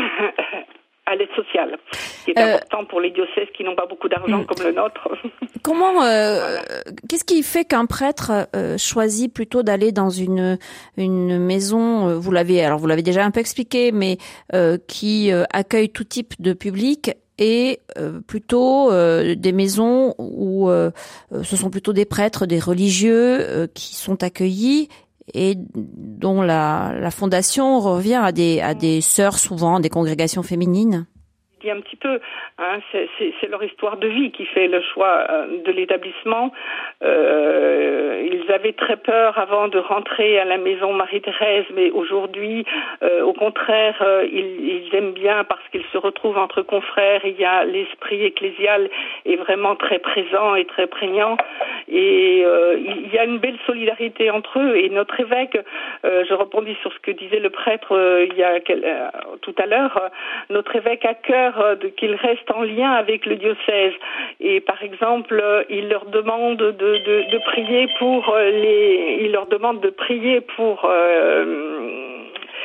à l'aide sociale, qui est euh, important pour les diocèses qui n'ont pas beaucoup d'argent mmh. comme le nôtre. Comment, euh, voilà. Qu'est-ce qui fait qu'un prêtre euh, choisit plutôt d'aller dans une une maison, euh, vous l'avez, alors vous l'avez déjà un peu expliqué, mais euh, qui euh, accueille tout type de public, et euh, plutôt euh, des maisons où euh, ce sont plutôt des prêtres, des religieux euh, qui sont accueillis, et dont la, la fondation revient à des, à des sœurs, souvent, des congrégations féminines? Un petit peu, hein, c'est, c'est, c'est leur histoire de vie qui fait le choix euh, de l'établissement. Euh, ils avaient très peur avant de rentrer à la Maison Marie-Thérèse, mais aujourd'hui, euh, au contraire, euh, ils, ils aiment bien parce qu'ils se retrouvent entre confrères. Il y a l'esprit ecclésial est vraiment très présent et très prégnant, et euh, il y a une belle solidarité entre eux. Et notre évêque, euh, je rebondis sur ce que disait le prêtre euh, il y a quel, euh, tout à l'heure, euh, notre évêque a cœur de, qu'ils restent en lien avec le diocèse, et par exemple il leur demande de, de, de prier pour les il leur demande de prier pour euh,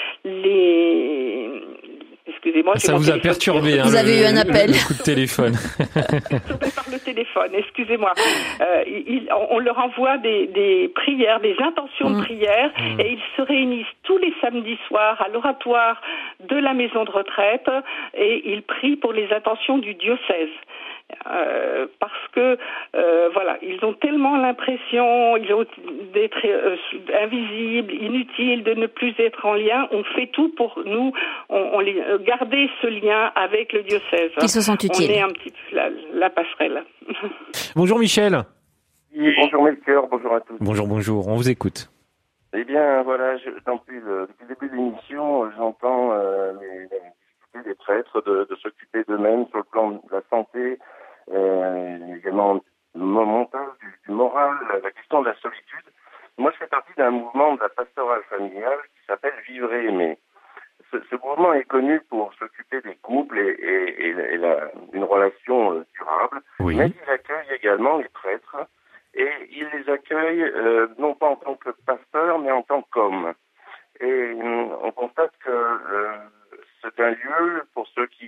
les excusez-moi, ça vous a perturbé, hein, vous le, avez eu un appel, le coup de téléphone. par le téléphone, excusez-moi. Euh, il, on leur envoie des, des prières, des intentions mmh. de prière, mmh. et ils se réunissent tous les samedis soirs à l'oratoire de la maison de retraite, et ils prient pour les intentions du diocèse. Euh, parce que euh, voilà, ils ont tellement l'impression ils ont, d'être euh, invisibles, inutiles, de ne plus être en lien. On fait tout pour nous, on, on les, euh, garder ce lien avec le diocèse. Ils se sentent utiles. On est un petit peu la, la passerelle. Bonjour Michel. Oui, bonjour Melchior, bonjour à tous. Bonjour, bonjour, on vous écoute. Eh bien, voilà, je, depuis, le, depuis le début de l'émission, j'entends euh, les, les, les prêtres de, de s'occuper d'eux-mêmes sur le plan de la santé, euh, également le montage du, du moral, la question de la solitude. Moi, je fais partie d'un mouvement de la pastorale familiale qui s'appelle Vivre et aimer. Ce, ce mouvement est connu pour s'occuper des couples et, et, et, et la, une relation euh, durable, oui. Mais il accueille également les prêtres, et il les accueille euh, non pas en tant que pasteurs, mais en tant qu'hommes. Et euh, on constate que euh, c'est un lieu pour ceux qui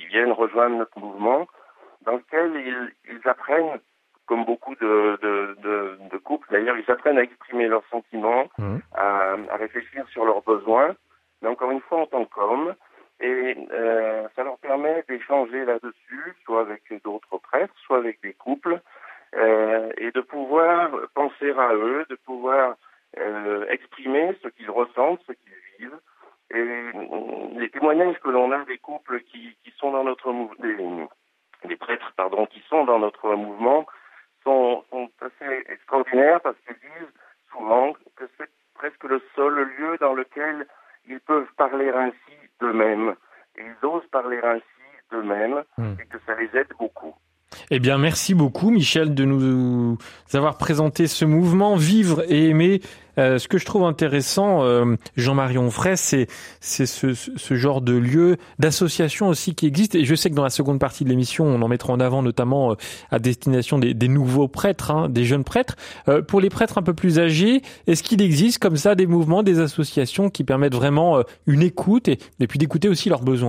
viennent rejoindre notre mouvement, dans lequel ils, ils apprennent, comme beaucoup de, de, de, de couples d'ailleurs, ils apprennent à exprimer leurs sentiments, mmh. à, à réfléchir sur leurs besoins, mais encore une fois en tant qu'hommes, et euh, ça leur permet d'échanger là-dessus, soit avec d'autres prêtres, soit avec des couples, euh, et de pouvoir penser à eux, de pouvoir euh, exprimer ce qu'ils ressentent, ce qu'ils vivent. Et les témoignages que l'on a des couples qui, qui sont dans notre mouvement, des, des prêtres, pardon, qui sont dans notre mouvement, sont, sont assez extraordinaires parce qu'ils disent souvent que c'est presque le seul lieu dans lequel ils peuvent parler ainsi d'eux-mêmes. Et ils osent parler ainsi d'eux-mêmes mmh. et que ça les aide beaucoup. Eh bien, merci beaucoup, Michel, de nous avoir présenté ce mouvement Vivre et Aimer. Euh, ce que je trouve intéressant, euh, Jean-Marie Onfray, c'est, c'est ce, ce genre de lieu, d'association aussi qui existe. Et je sais que dans la seconde partie de l'émission, on en mettra en avant notamment euh, à destination des, des nouveaux prêtres, hein, des jeunes prêtres. Euh, pour les prêtres un peu plus âgés, est-ce qu'il existe comme ça des mouvements, des associations qui permettent vraiment euh, une écoute et, et puis d'écouter aussi leurs besoins ?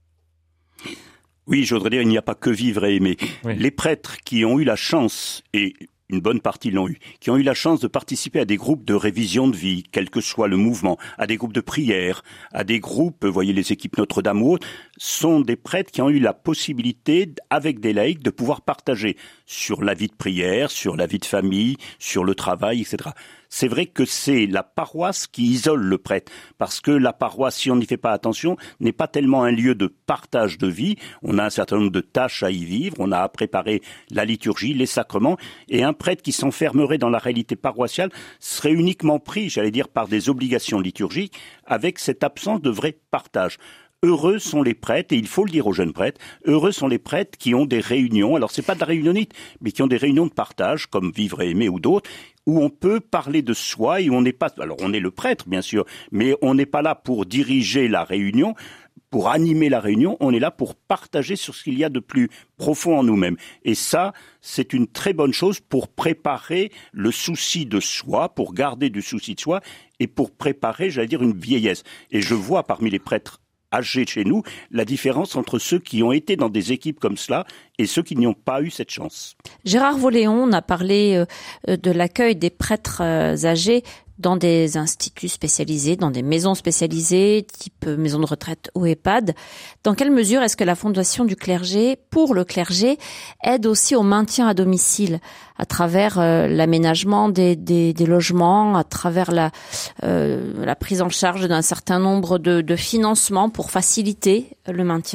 Oui, je voudrais dire, il n'y a pas que vivre et aimer. Oui. Les prêtres qui ont eu la chance, et une bonne partie l'ont eu, qui ont eu la chance de participer à des groupes de révision de vie, quel que soit le mouvement, à des groupes de prière, à des groupes, vous voyez les équipes Notre-Dame ou autres, sont des prêtres qui ont eu la possibilité, avec des laïcs, de pouvoir partager sur la vie de prière, sur la vie de famille, sur le travail, et cetera. C'est vrai que c'est la paroisse qui isole le prêtre, parce que la paroisse, si on n'y fait pas attention, n'est pas tellement un lieu de partage de vie. On a un certain nombre de tâches à y vivre, on a à préparer la liturgie, les sacrements, et un prêtre qui s'enfermerait dans la réalité paroissiale serait uniquement pris, j'allais dire, par des obligations liturgiques, avec cette absence de vrai partage. Heureux sont les prêtres, et il faut le dire aux jeunes prêtres, heureux sont les prêtres qui ont des réunions, alors c'est pas de la réunionnite, mais qui ont des réunions de partage, comme Vivre et Aimer ou d'autres, où on peut parler de soi et où on n'est pas, alors on est le prêtre bien sûr, mais on n'est pas là pour diriger la réunion, pour animer la réunion, on est là pour partager sur ce qu'il y a de plus profond en nous-mêmes. Et ça, c'est une très bonne chose pour préparer le souci de soi, pour garder du souci de soi et pour préparer, j'allais dire, une vieillesse. Et je vois parmi les prêtres âgés chez nous, la différence entre ceux qui ont été dans des équipes comme cela et ceux qui n'y ont pas eu cette chance. Gérard Voléon a parlé de l'accueil des prêtres âgés dans des instituts spécialisés, dans des maisons spécialisées, type maison de retraite ou EHPAD. Dans quelle mesure est-ce que la Fondation du clergé, pour le clergé, aide aussi au maintien à domicile, à travers euh, l'aménagement des, des, des logements, à travers la, euh, la prise en charge d'un certain nombre de, de financements pour faciliter le maintien ?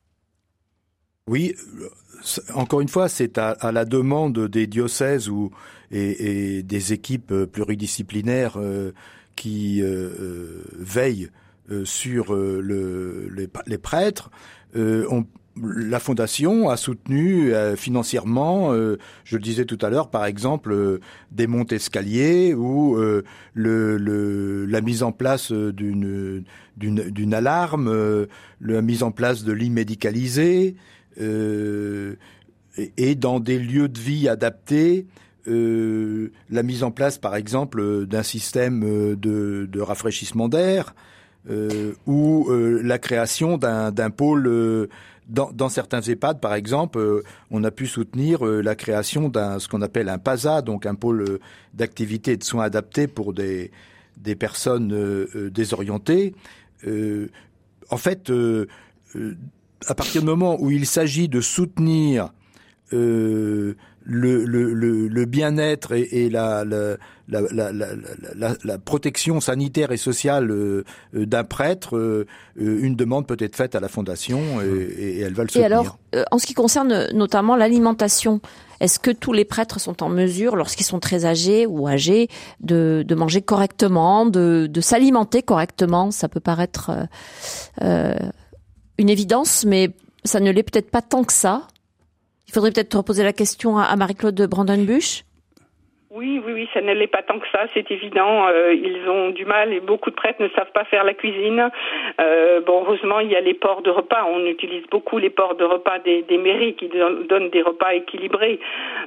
Oui, encore une fois, c'est à, à la demande des diocèses ou et, et des équipes pluridisciplinaires euh, qui euh, veillent euh, sur euh, le, les, les prêtres. Euh, on, la Fondation a soutenu euh, financièrement, euh, je le disais tout à l'heure, par exemple, euh, des montes-escaliers ou euh, le, le, la mise en place d'une, d'une, d'une alarme, euh, la mise en place de lits médicalisés, euh, et, et dans des lieux de vie adaptés, Euh, la mise en place, par exemple, d'un système de, de rafraîchissement d'air euh, ou euh, la création d'un, d'un pôle euh, dans, dans certains EHPAD, par exemple, euh, on a pu soutenir euh, la création d'un ce qu'on appelle un PASA, donc un pôle euh, d'activité et de soins adaptés pour des, des personnes euh, euh, désorientées. Euh, en fait, euh, euh, à partir du moment où il s'agit de soutenir euh, Le, le, le, le bien-être et, et la, la, la, la, la, la, la protection sanitaire et sociale euh, d'un prêtre, euh, une demande peut être faite à la Fondation et, et elle va le soutenir. Et alors, euh, en ce qui concerne notamment l'alimentation, est-ce que tous les prêtres sont en mesure, lorsqu'ils sont très âgés ou âgés, de, de manger correctement, de, de s'alimenter correctement ? Ça peut paraître euh, euh, une évidence, mais ça ne l'est peut-être pas tant que ça. Il faudrait peut-être reposer la question à Marie-Claude Brandon-Busch. Oui, oui, oui, ça ne l'est pas tant que ça, c'est évident. Euh, ils ont du mal et beaucoup de prêtres ne savent pas faire la cuisine. Euh, bon, heureusement, il y a les ports de repas. On utilise beaucoup les ports de repas des, des mairies qui don- donnent des repas équilibrés.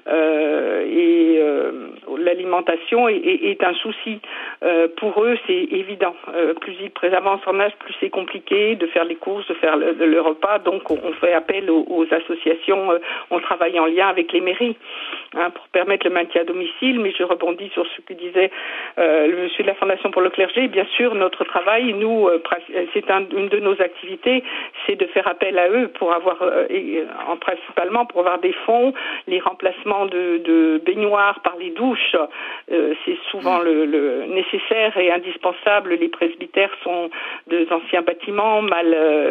Euh, et euh, l'alimentation est, est, est un souci. Euh, pour eux, c'est évident. Euh, plus ils avancent en âge, plus c'est compliqué de faire les courses, de faire le, le repas. Donc, on, on fait appel aux, aux associations. Euh, on travaille en lien avec les mairies hein, pour permettre le maintien à domicile. Mais je rebondis sur ce que disait euh, le monsieur de la Fondation pour le clergé. Bien sûr, notre travail, nous, euh, c'est un, une de nos activités, c'est de faire appel à eux pour avoir, euh, et, en principalement pour avoir des fonds, les remplacements de, de baignoires par les douches. Euh, c'est souvent le, le nécessaire et indispensable. Les presbytères sont de anciens bâtiments mal euh,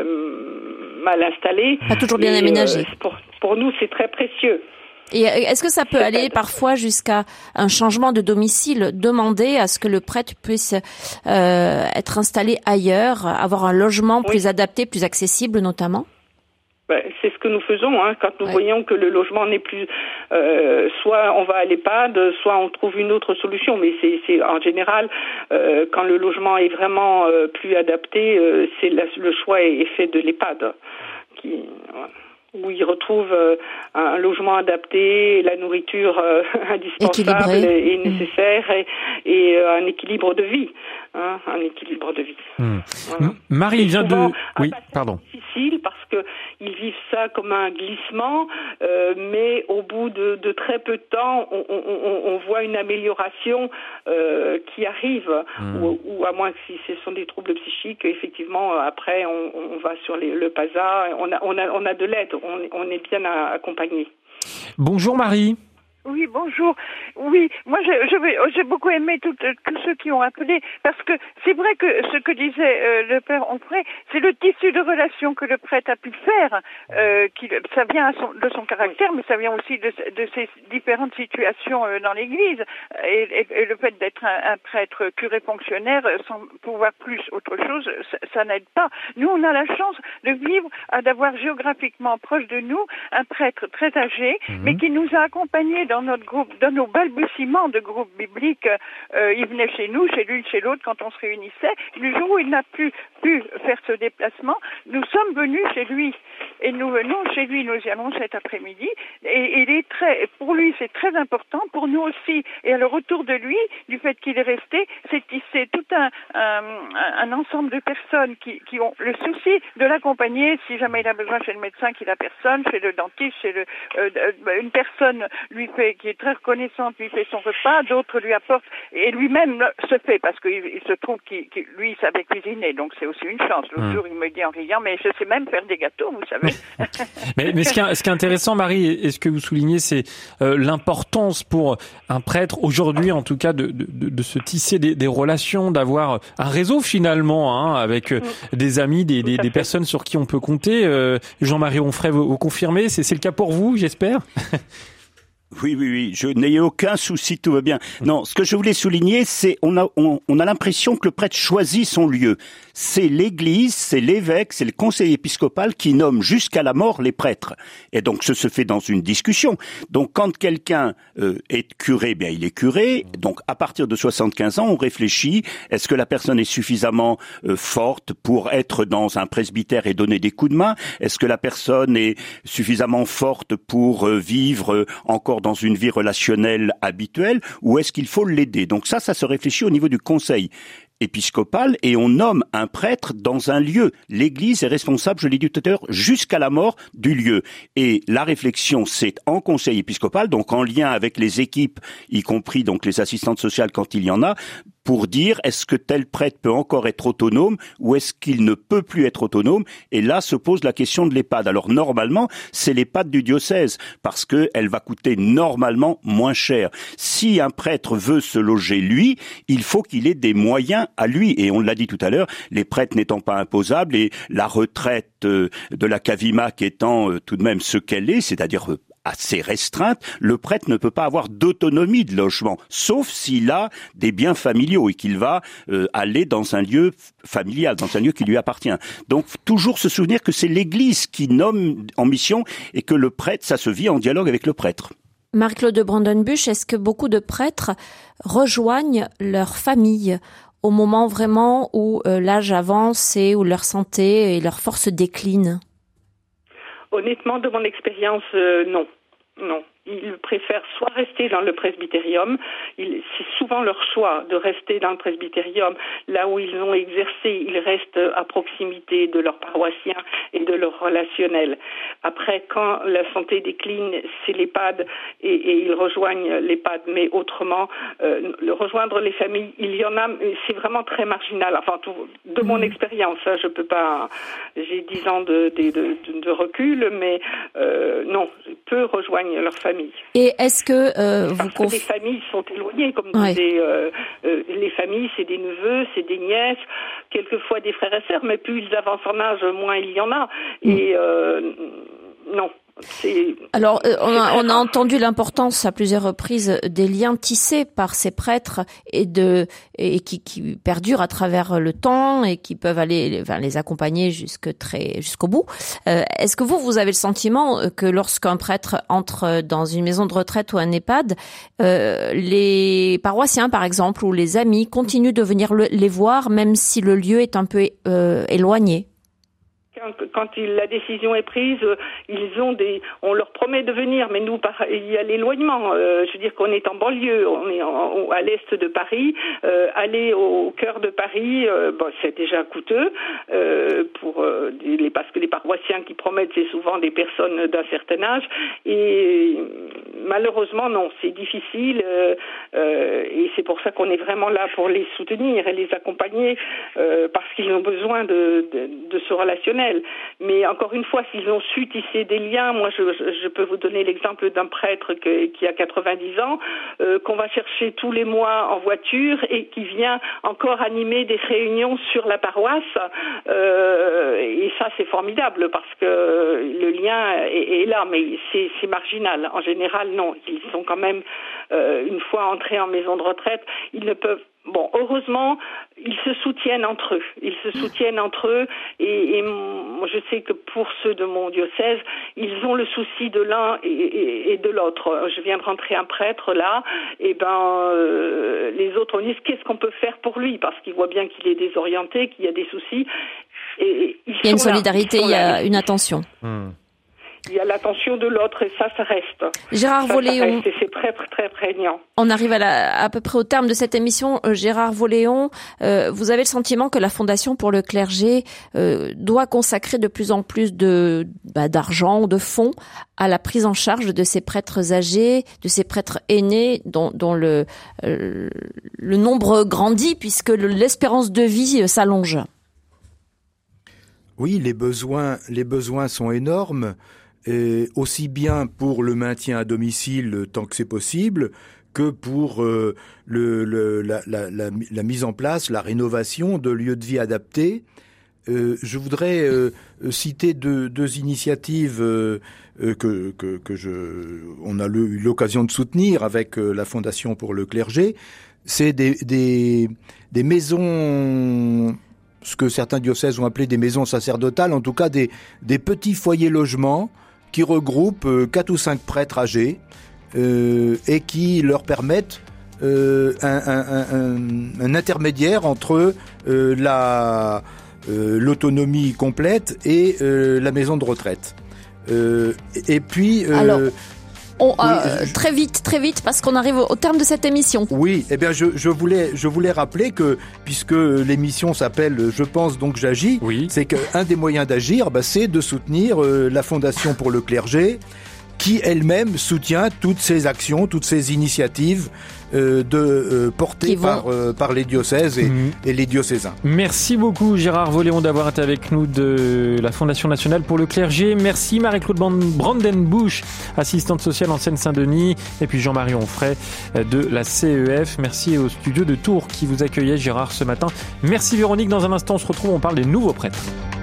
mal installés. Pas toujours bien et, aménagés. Euh, pour, pour nous, c'est très précieux. Et est-ce que ça peut aller parfois jusqu'à un changement de domicile, demander à ce que le prêtre puisse euh, être installé ailleurs, avoir un logement plus oui. adapté, plus accessible notamment? Ben, c'est ce que nous faisons hein, quand nous ouais. voyons que le logement n'est plus euh, soit on va à l'EHPAD, soit on trouve une autre solution. Mais c'est, c'est en général euh, quand le logement est vraiment euh, plus adapté, euh, c'est la, le choix est fait de l'EHPAD qui voilà. où ils retrouvent euh, un logement adapté, la nourriture euh, indispensable et, et nécessaire mmh. et, et euh, un équilibre de vie, hein, un équilibre de vie. Mmh. Voilà. Marie vient de, oui, pardon. Difficile parce que ils vivent ça comme un glissement, euh, mais au bout de, de très peu de temps, on, on, on voit une amélioration euh, qui arrive, mmh. ou, ou à moins que si ce sont des troubles psychiques, effectivement, après on, on va sur les, le P A S A, on a, on a, on a de l'aide. On, on est bien accompagné. Bonjour Marie. Oui, bonjour. Oui, moi je, je, j'ai beaucoup aimé tout, tous ceux qui ont appelé, parce que c'est vrai que ce que disait euh, le père Onfray, c'est le tissu de relations que le prêtre a pu faire, euh, qui, ça vient à son, de son caractère, mais ça vient aussi de, de ses différentes situations euh, dans l'Église, et, et, et le fait d'être un, un prêtre curé fonctionnaire sans pouvoir plus autre chose, ça, ça n'aide pas. Nous, on a la chance de vivre, d'avoir géographiquement proche de nous un prêtre très âgé, mmh. mais qui nous a accompagnés dans Dans notre groupe, dans nos balbutiements de groupe biblique, euh, il venait chez nous, chez l'une, chez l'autre, quand on se réunissait. Le jour où il n'a plus pu faire ce déplacement, nous sommes venus chez lui. Et nous venons chez lui, nous y allons cet après-midi. Et il est très, pour lui, c'est très important, pour nous aussi. Et à le retour de lui, du fait qu'il est resté, c'est tissé tout un, un, un ensemble de personnes qui, qui ont le souci de l'accompagner si jamais il a besoin chez le médecin, qu'il a personne, chez le dentiste, chez le, euh, une personne lui fait qui est très reconnaissante, lui fait son repas, d'autres lui apportent, et lui-même se fait, parce qu'il il se trouve qu'il, qu'il lui il savait cuisiner, donc c'est aussi une chance. L'autre mmh. jour, il me dit en riant, mais je sais même faire des gâteaux, vous savez. mais mais ce, qui est, ce qui est intéressant, Marie, et ce que vous soulignez, c'est euh, l'importance pour un prêtre, aujourd'hui en tout cas, de, de, de se tisser des, des relations, d'avoir un réseau finalement, hein, avec mmh. des amis, des, des, des personnes sur qui on peut compter. Euh, Jean-Marie Onfray, vous, vous confirmez, c'est, c'est le cas pour vous, j'espère? Oui, oui, oui, je n'ai aucun souci, tout va bien. Non, ce que je voulais souligner, c'est on a on, on a l'impression que le prêtre choisit son lieu. C'est l'Église, c'est l'évêque, c'est le conseil épiscopal qui nomme jusqu'à la mort les prêtres. Et donc, ce se fait dans une discussion. Donc, quand quelqu'un euh, est curé, bien, il est curé. Donc, à partir de soixante-quinze ans, on réfléchit, est-ce que la personne est suffisamment euh, forte pour être dans un presbytère et donner des coups de main? Est-ce que la personne est suffisamment forte pour euh, vivre euh, encore dans une vie relationnelle habituelle, ou est-ce qu'il faut l'aider? Donc ça, ça se réfléchit au niveau du conseil épiscopal et on nomme un prêtre dans un lieu. L'Église est responsable, je l'ai dit tout à l'heure, jusqu'à la mort du lieu. Et la réflexion, c'est en conseil épiscopal, donc en lien avec les équipes, y compris donc les assistantes sociales quand il y en a, pour dire est-ce que tel prêtre peut encore être autonome ou est-ce qu'il ne peut plus être autonome? Et là se pose la question de l'EHPAD. Alors normalement, c'est l'EHPAD du diocèse parce que elle va coûter normalement moins cher. Si un prêtre veut se loger lui, il faut qu'il ait des moyens à lui. Et on l'a dit tout à l'heure, les prêtres n'étant pas imposables et la retraite de la Cavimac étant tout de même ce qu'elle est, c'est-à-dire assez restreinte, le prêtre ne peut pas avoir d'autonomie de logement, sauf s'il a des biens familiaux et qu'il va euh, aller dans un lieu familial, dans un lieu qui lui appartient. Donc, toujours se souvenir que c'est l'Église qui nomme en mission et que le prêtre, ça se vit en dialogue avec le prêtre. Marie-Claude de Brandenbusch, est-ce que beaucoup de prêtres rejoignent leur famille au moment vraiment où euh, l'âge avance et où leur santé et leur force déclinent? Honnêtement, de mon expérience, euh, non. Non. Ils préfèrent soit rester dans le presbytérium, ils, c'est souvent leur choix de rester dans le presbytérium, là où ils ont exercé, ils restent à proximité de leurs paroissiens et de leurs relationnels. Après, quand la santé décline, c'est l'EHPAD et, et ils rejoignent l'EHPAD, mais autrement, euh, rejoindre les familles, il y en a, c'est vraiment très marginal. Enfin, tout, de mon expérience, hein, je peux pas, j'ai dix ans de, de, de, de recul, mais euh, non, peu rejoignent leur famille. Et est-ce que euh, vous Parce que conf... les familles sont éloignées, comme ouais. disait euh, euh, les familles, c'est des neveux, c'est des nièces, quelquefois des frères et sœurs, mais plus ils avancent en âge, moins il y en a. Et euh, non. C'est, Alors, euh, on, a, on a entendu l'importance à plusieurs reprises des liens tissés par ces prêtres et de et qui, qui perdurent à travers le temps et qui peuvent aller, enfin, les accompagner jusque très jusqu'au bout. Euh, est-ce que vous, vous avez le sentiment que lorsqu'un prêtre entre dans une maison de retraite ou un EHPAD, euh, les paroissiens, par exemple, ou les amis continuent de venir le, les voir, même si le lieu est un peu euh, éloigné? Quand, quand il, la décision est prise, euh, ils ont des, on leur promet de venir, mais nous, par, il y a l'éloignement. Euh, je veux dire qu'on est en banlieue, on est en, à l'est de Paris. Euh, aller au cœur de Paris, euh, bon, c'est déjà coûteux euh, pour euh, les, parce que les paroissiens qui promettent, c'est souvent des personnes d'un certain âge. Et malheureusement, non, c'est difficile. Euh, euh, et c'est pour ça qu'on est vraiment là pour les soutenir et les accompagner euh, parce qu'ils ont besoin de, de, de ce relationnel. Mais encore une fois, s'ils ont su tisser des liens, moi je, je peux vous donner l'exemple d'un prêtre que, qui a quatre-vingt-dix ans, euh, qu'on va chercher tous les mois en voiture et qui vient encore animer des réunions sur la paroisse. Euh, et ça, c'est formidable parce que le lien est, est là, mais c'est, c'est marginal. En général, non. Ils sont quand même, euh, une fois entrés en maison de retraite, ils ne peuvent. Bon, heureusement, ils se soutiennent entre eux. Ils se soutiennent entre eux et, et moi, je sais que pour ceux de mon diocèse, ils ont le souci de l'un et, et, et de l'autre. Je viens de rentrer un prêtre là, et ben euh, les autres disent qu'est-ce qu'on peut faire pour lui parce qu'ils voient bien qu'il est désorienté, qu'il y a des soucis. Et, et ils il y a une sont solidarité, là, il y a une attention. Mmh. Il y a l'attention de l'autre et ça, ça reste. Gérard ça, Voléon. Ça reste et c'est très, très prégnant. On arrive à, la, à peu près au terme de cette émission. Euh, Gérard Voléon, euh, vous avez le sentiment que la Fondation pour le clergé euh, doit consacrer de plus en plus de bah, d'argent ou de fonds à la prise en charge de ces prêtres âgés, de ces prêtres aînés dont, dont le, euh, le nombre grandit puisque le, l'espérance de vie euh, s'allonge. Oui, les besoins, les besoins sont énormes. Et aussi bien pour le maintien à domicile tant que c'est possible que pour euh, le, le, la, la, la, la mise en place, la rénovation de lieux de vie adaptés. Euh, je voudrais euh, citer deux, deux initiatives euh, que, que, que je, on a eu l'occasion de soutenir avec euh, la Fondation pour le clergé. C'est des, des, des maisons, ce que certains diocèses ont appelé des maisons sacerdotales, en tout cas des, des petits foyers logements qui regroupent euh, quatre ou cinq prêtres âgés euh, et qui leur permettent euh, un, un, un, un intermédiaire entre euh, la, euh, l'autonomie complète et euh, la maison de retraite. Euh, et puis... Euh, Alors... On, oui, euh, je... Très vite, très vite, parce qu'on arrive au terme de cette émission. Oui, eh bien, je, je voulais, je voulais rappeler que puisque l'émission s'appelle "Je pense donc j'agis", oui. c'est qu'un des moyens d'agir, bah, c'est de soutenir euh, la Fondation pour le clergé, qui elle-même soutient toutes ces actions, toutes ces initiatives euh, de euh, portées vont... par euh, par les diocèses et, mmh. et les diocésains. Merci beaucoup Gérard Voléon d'avoir été avec nous de la Fondation nationale pour le clergé. Merci Marie-Claude Brandenbusch, assistante sociale en Seine-Saint-Denis, et puis Jean-Marie Onfray de la C E F. Merci au studio de Tours qui vous accueillait, Gérard, ce matin. Merci Véronique. Dans un instant, on se retrouve, on parle des nouveaux prêtres.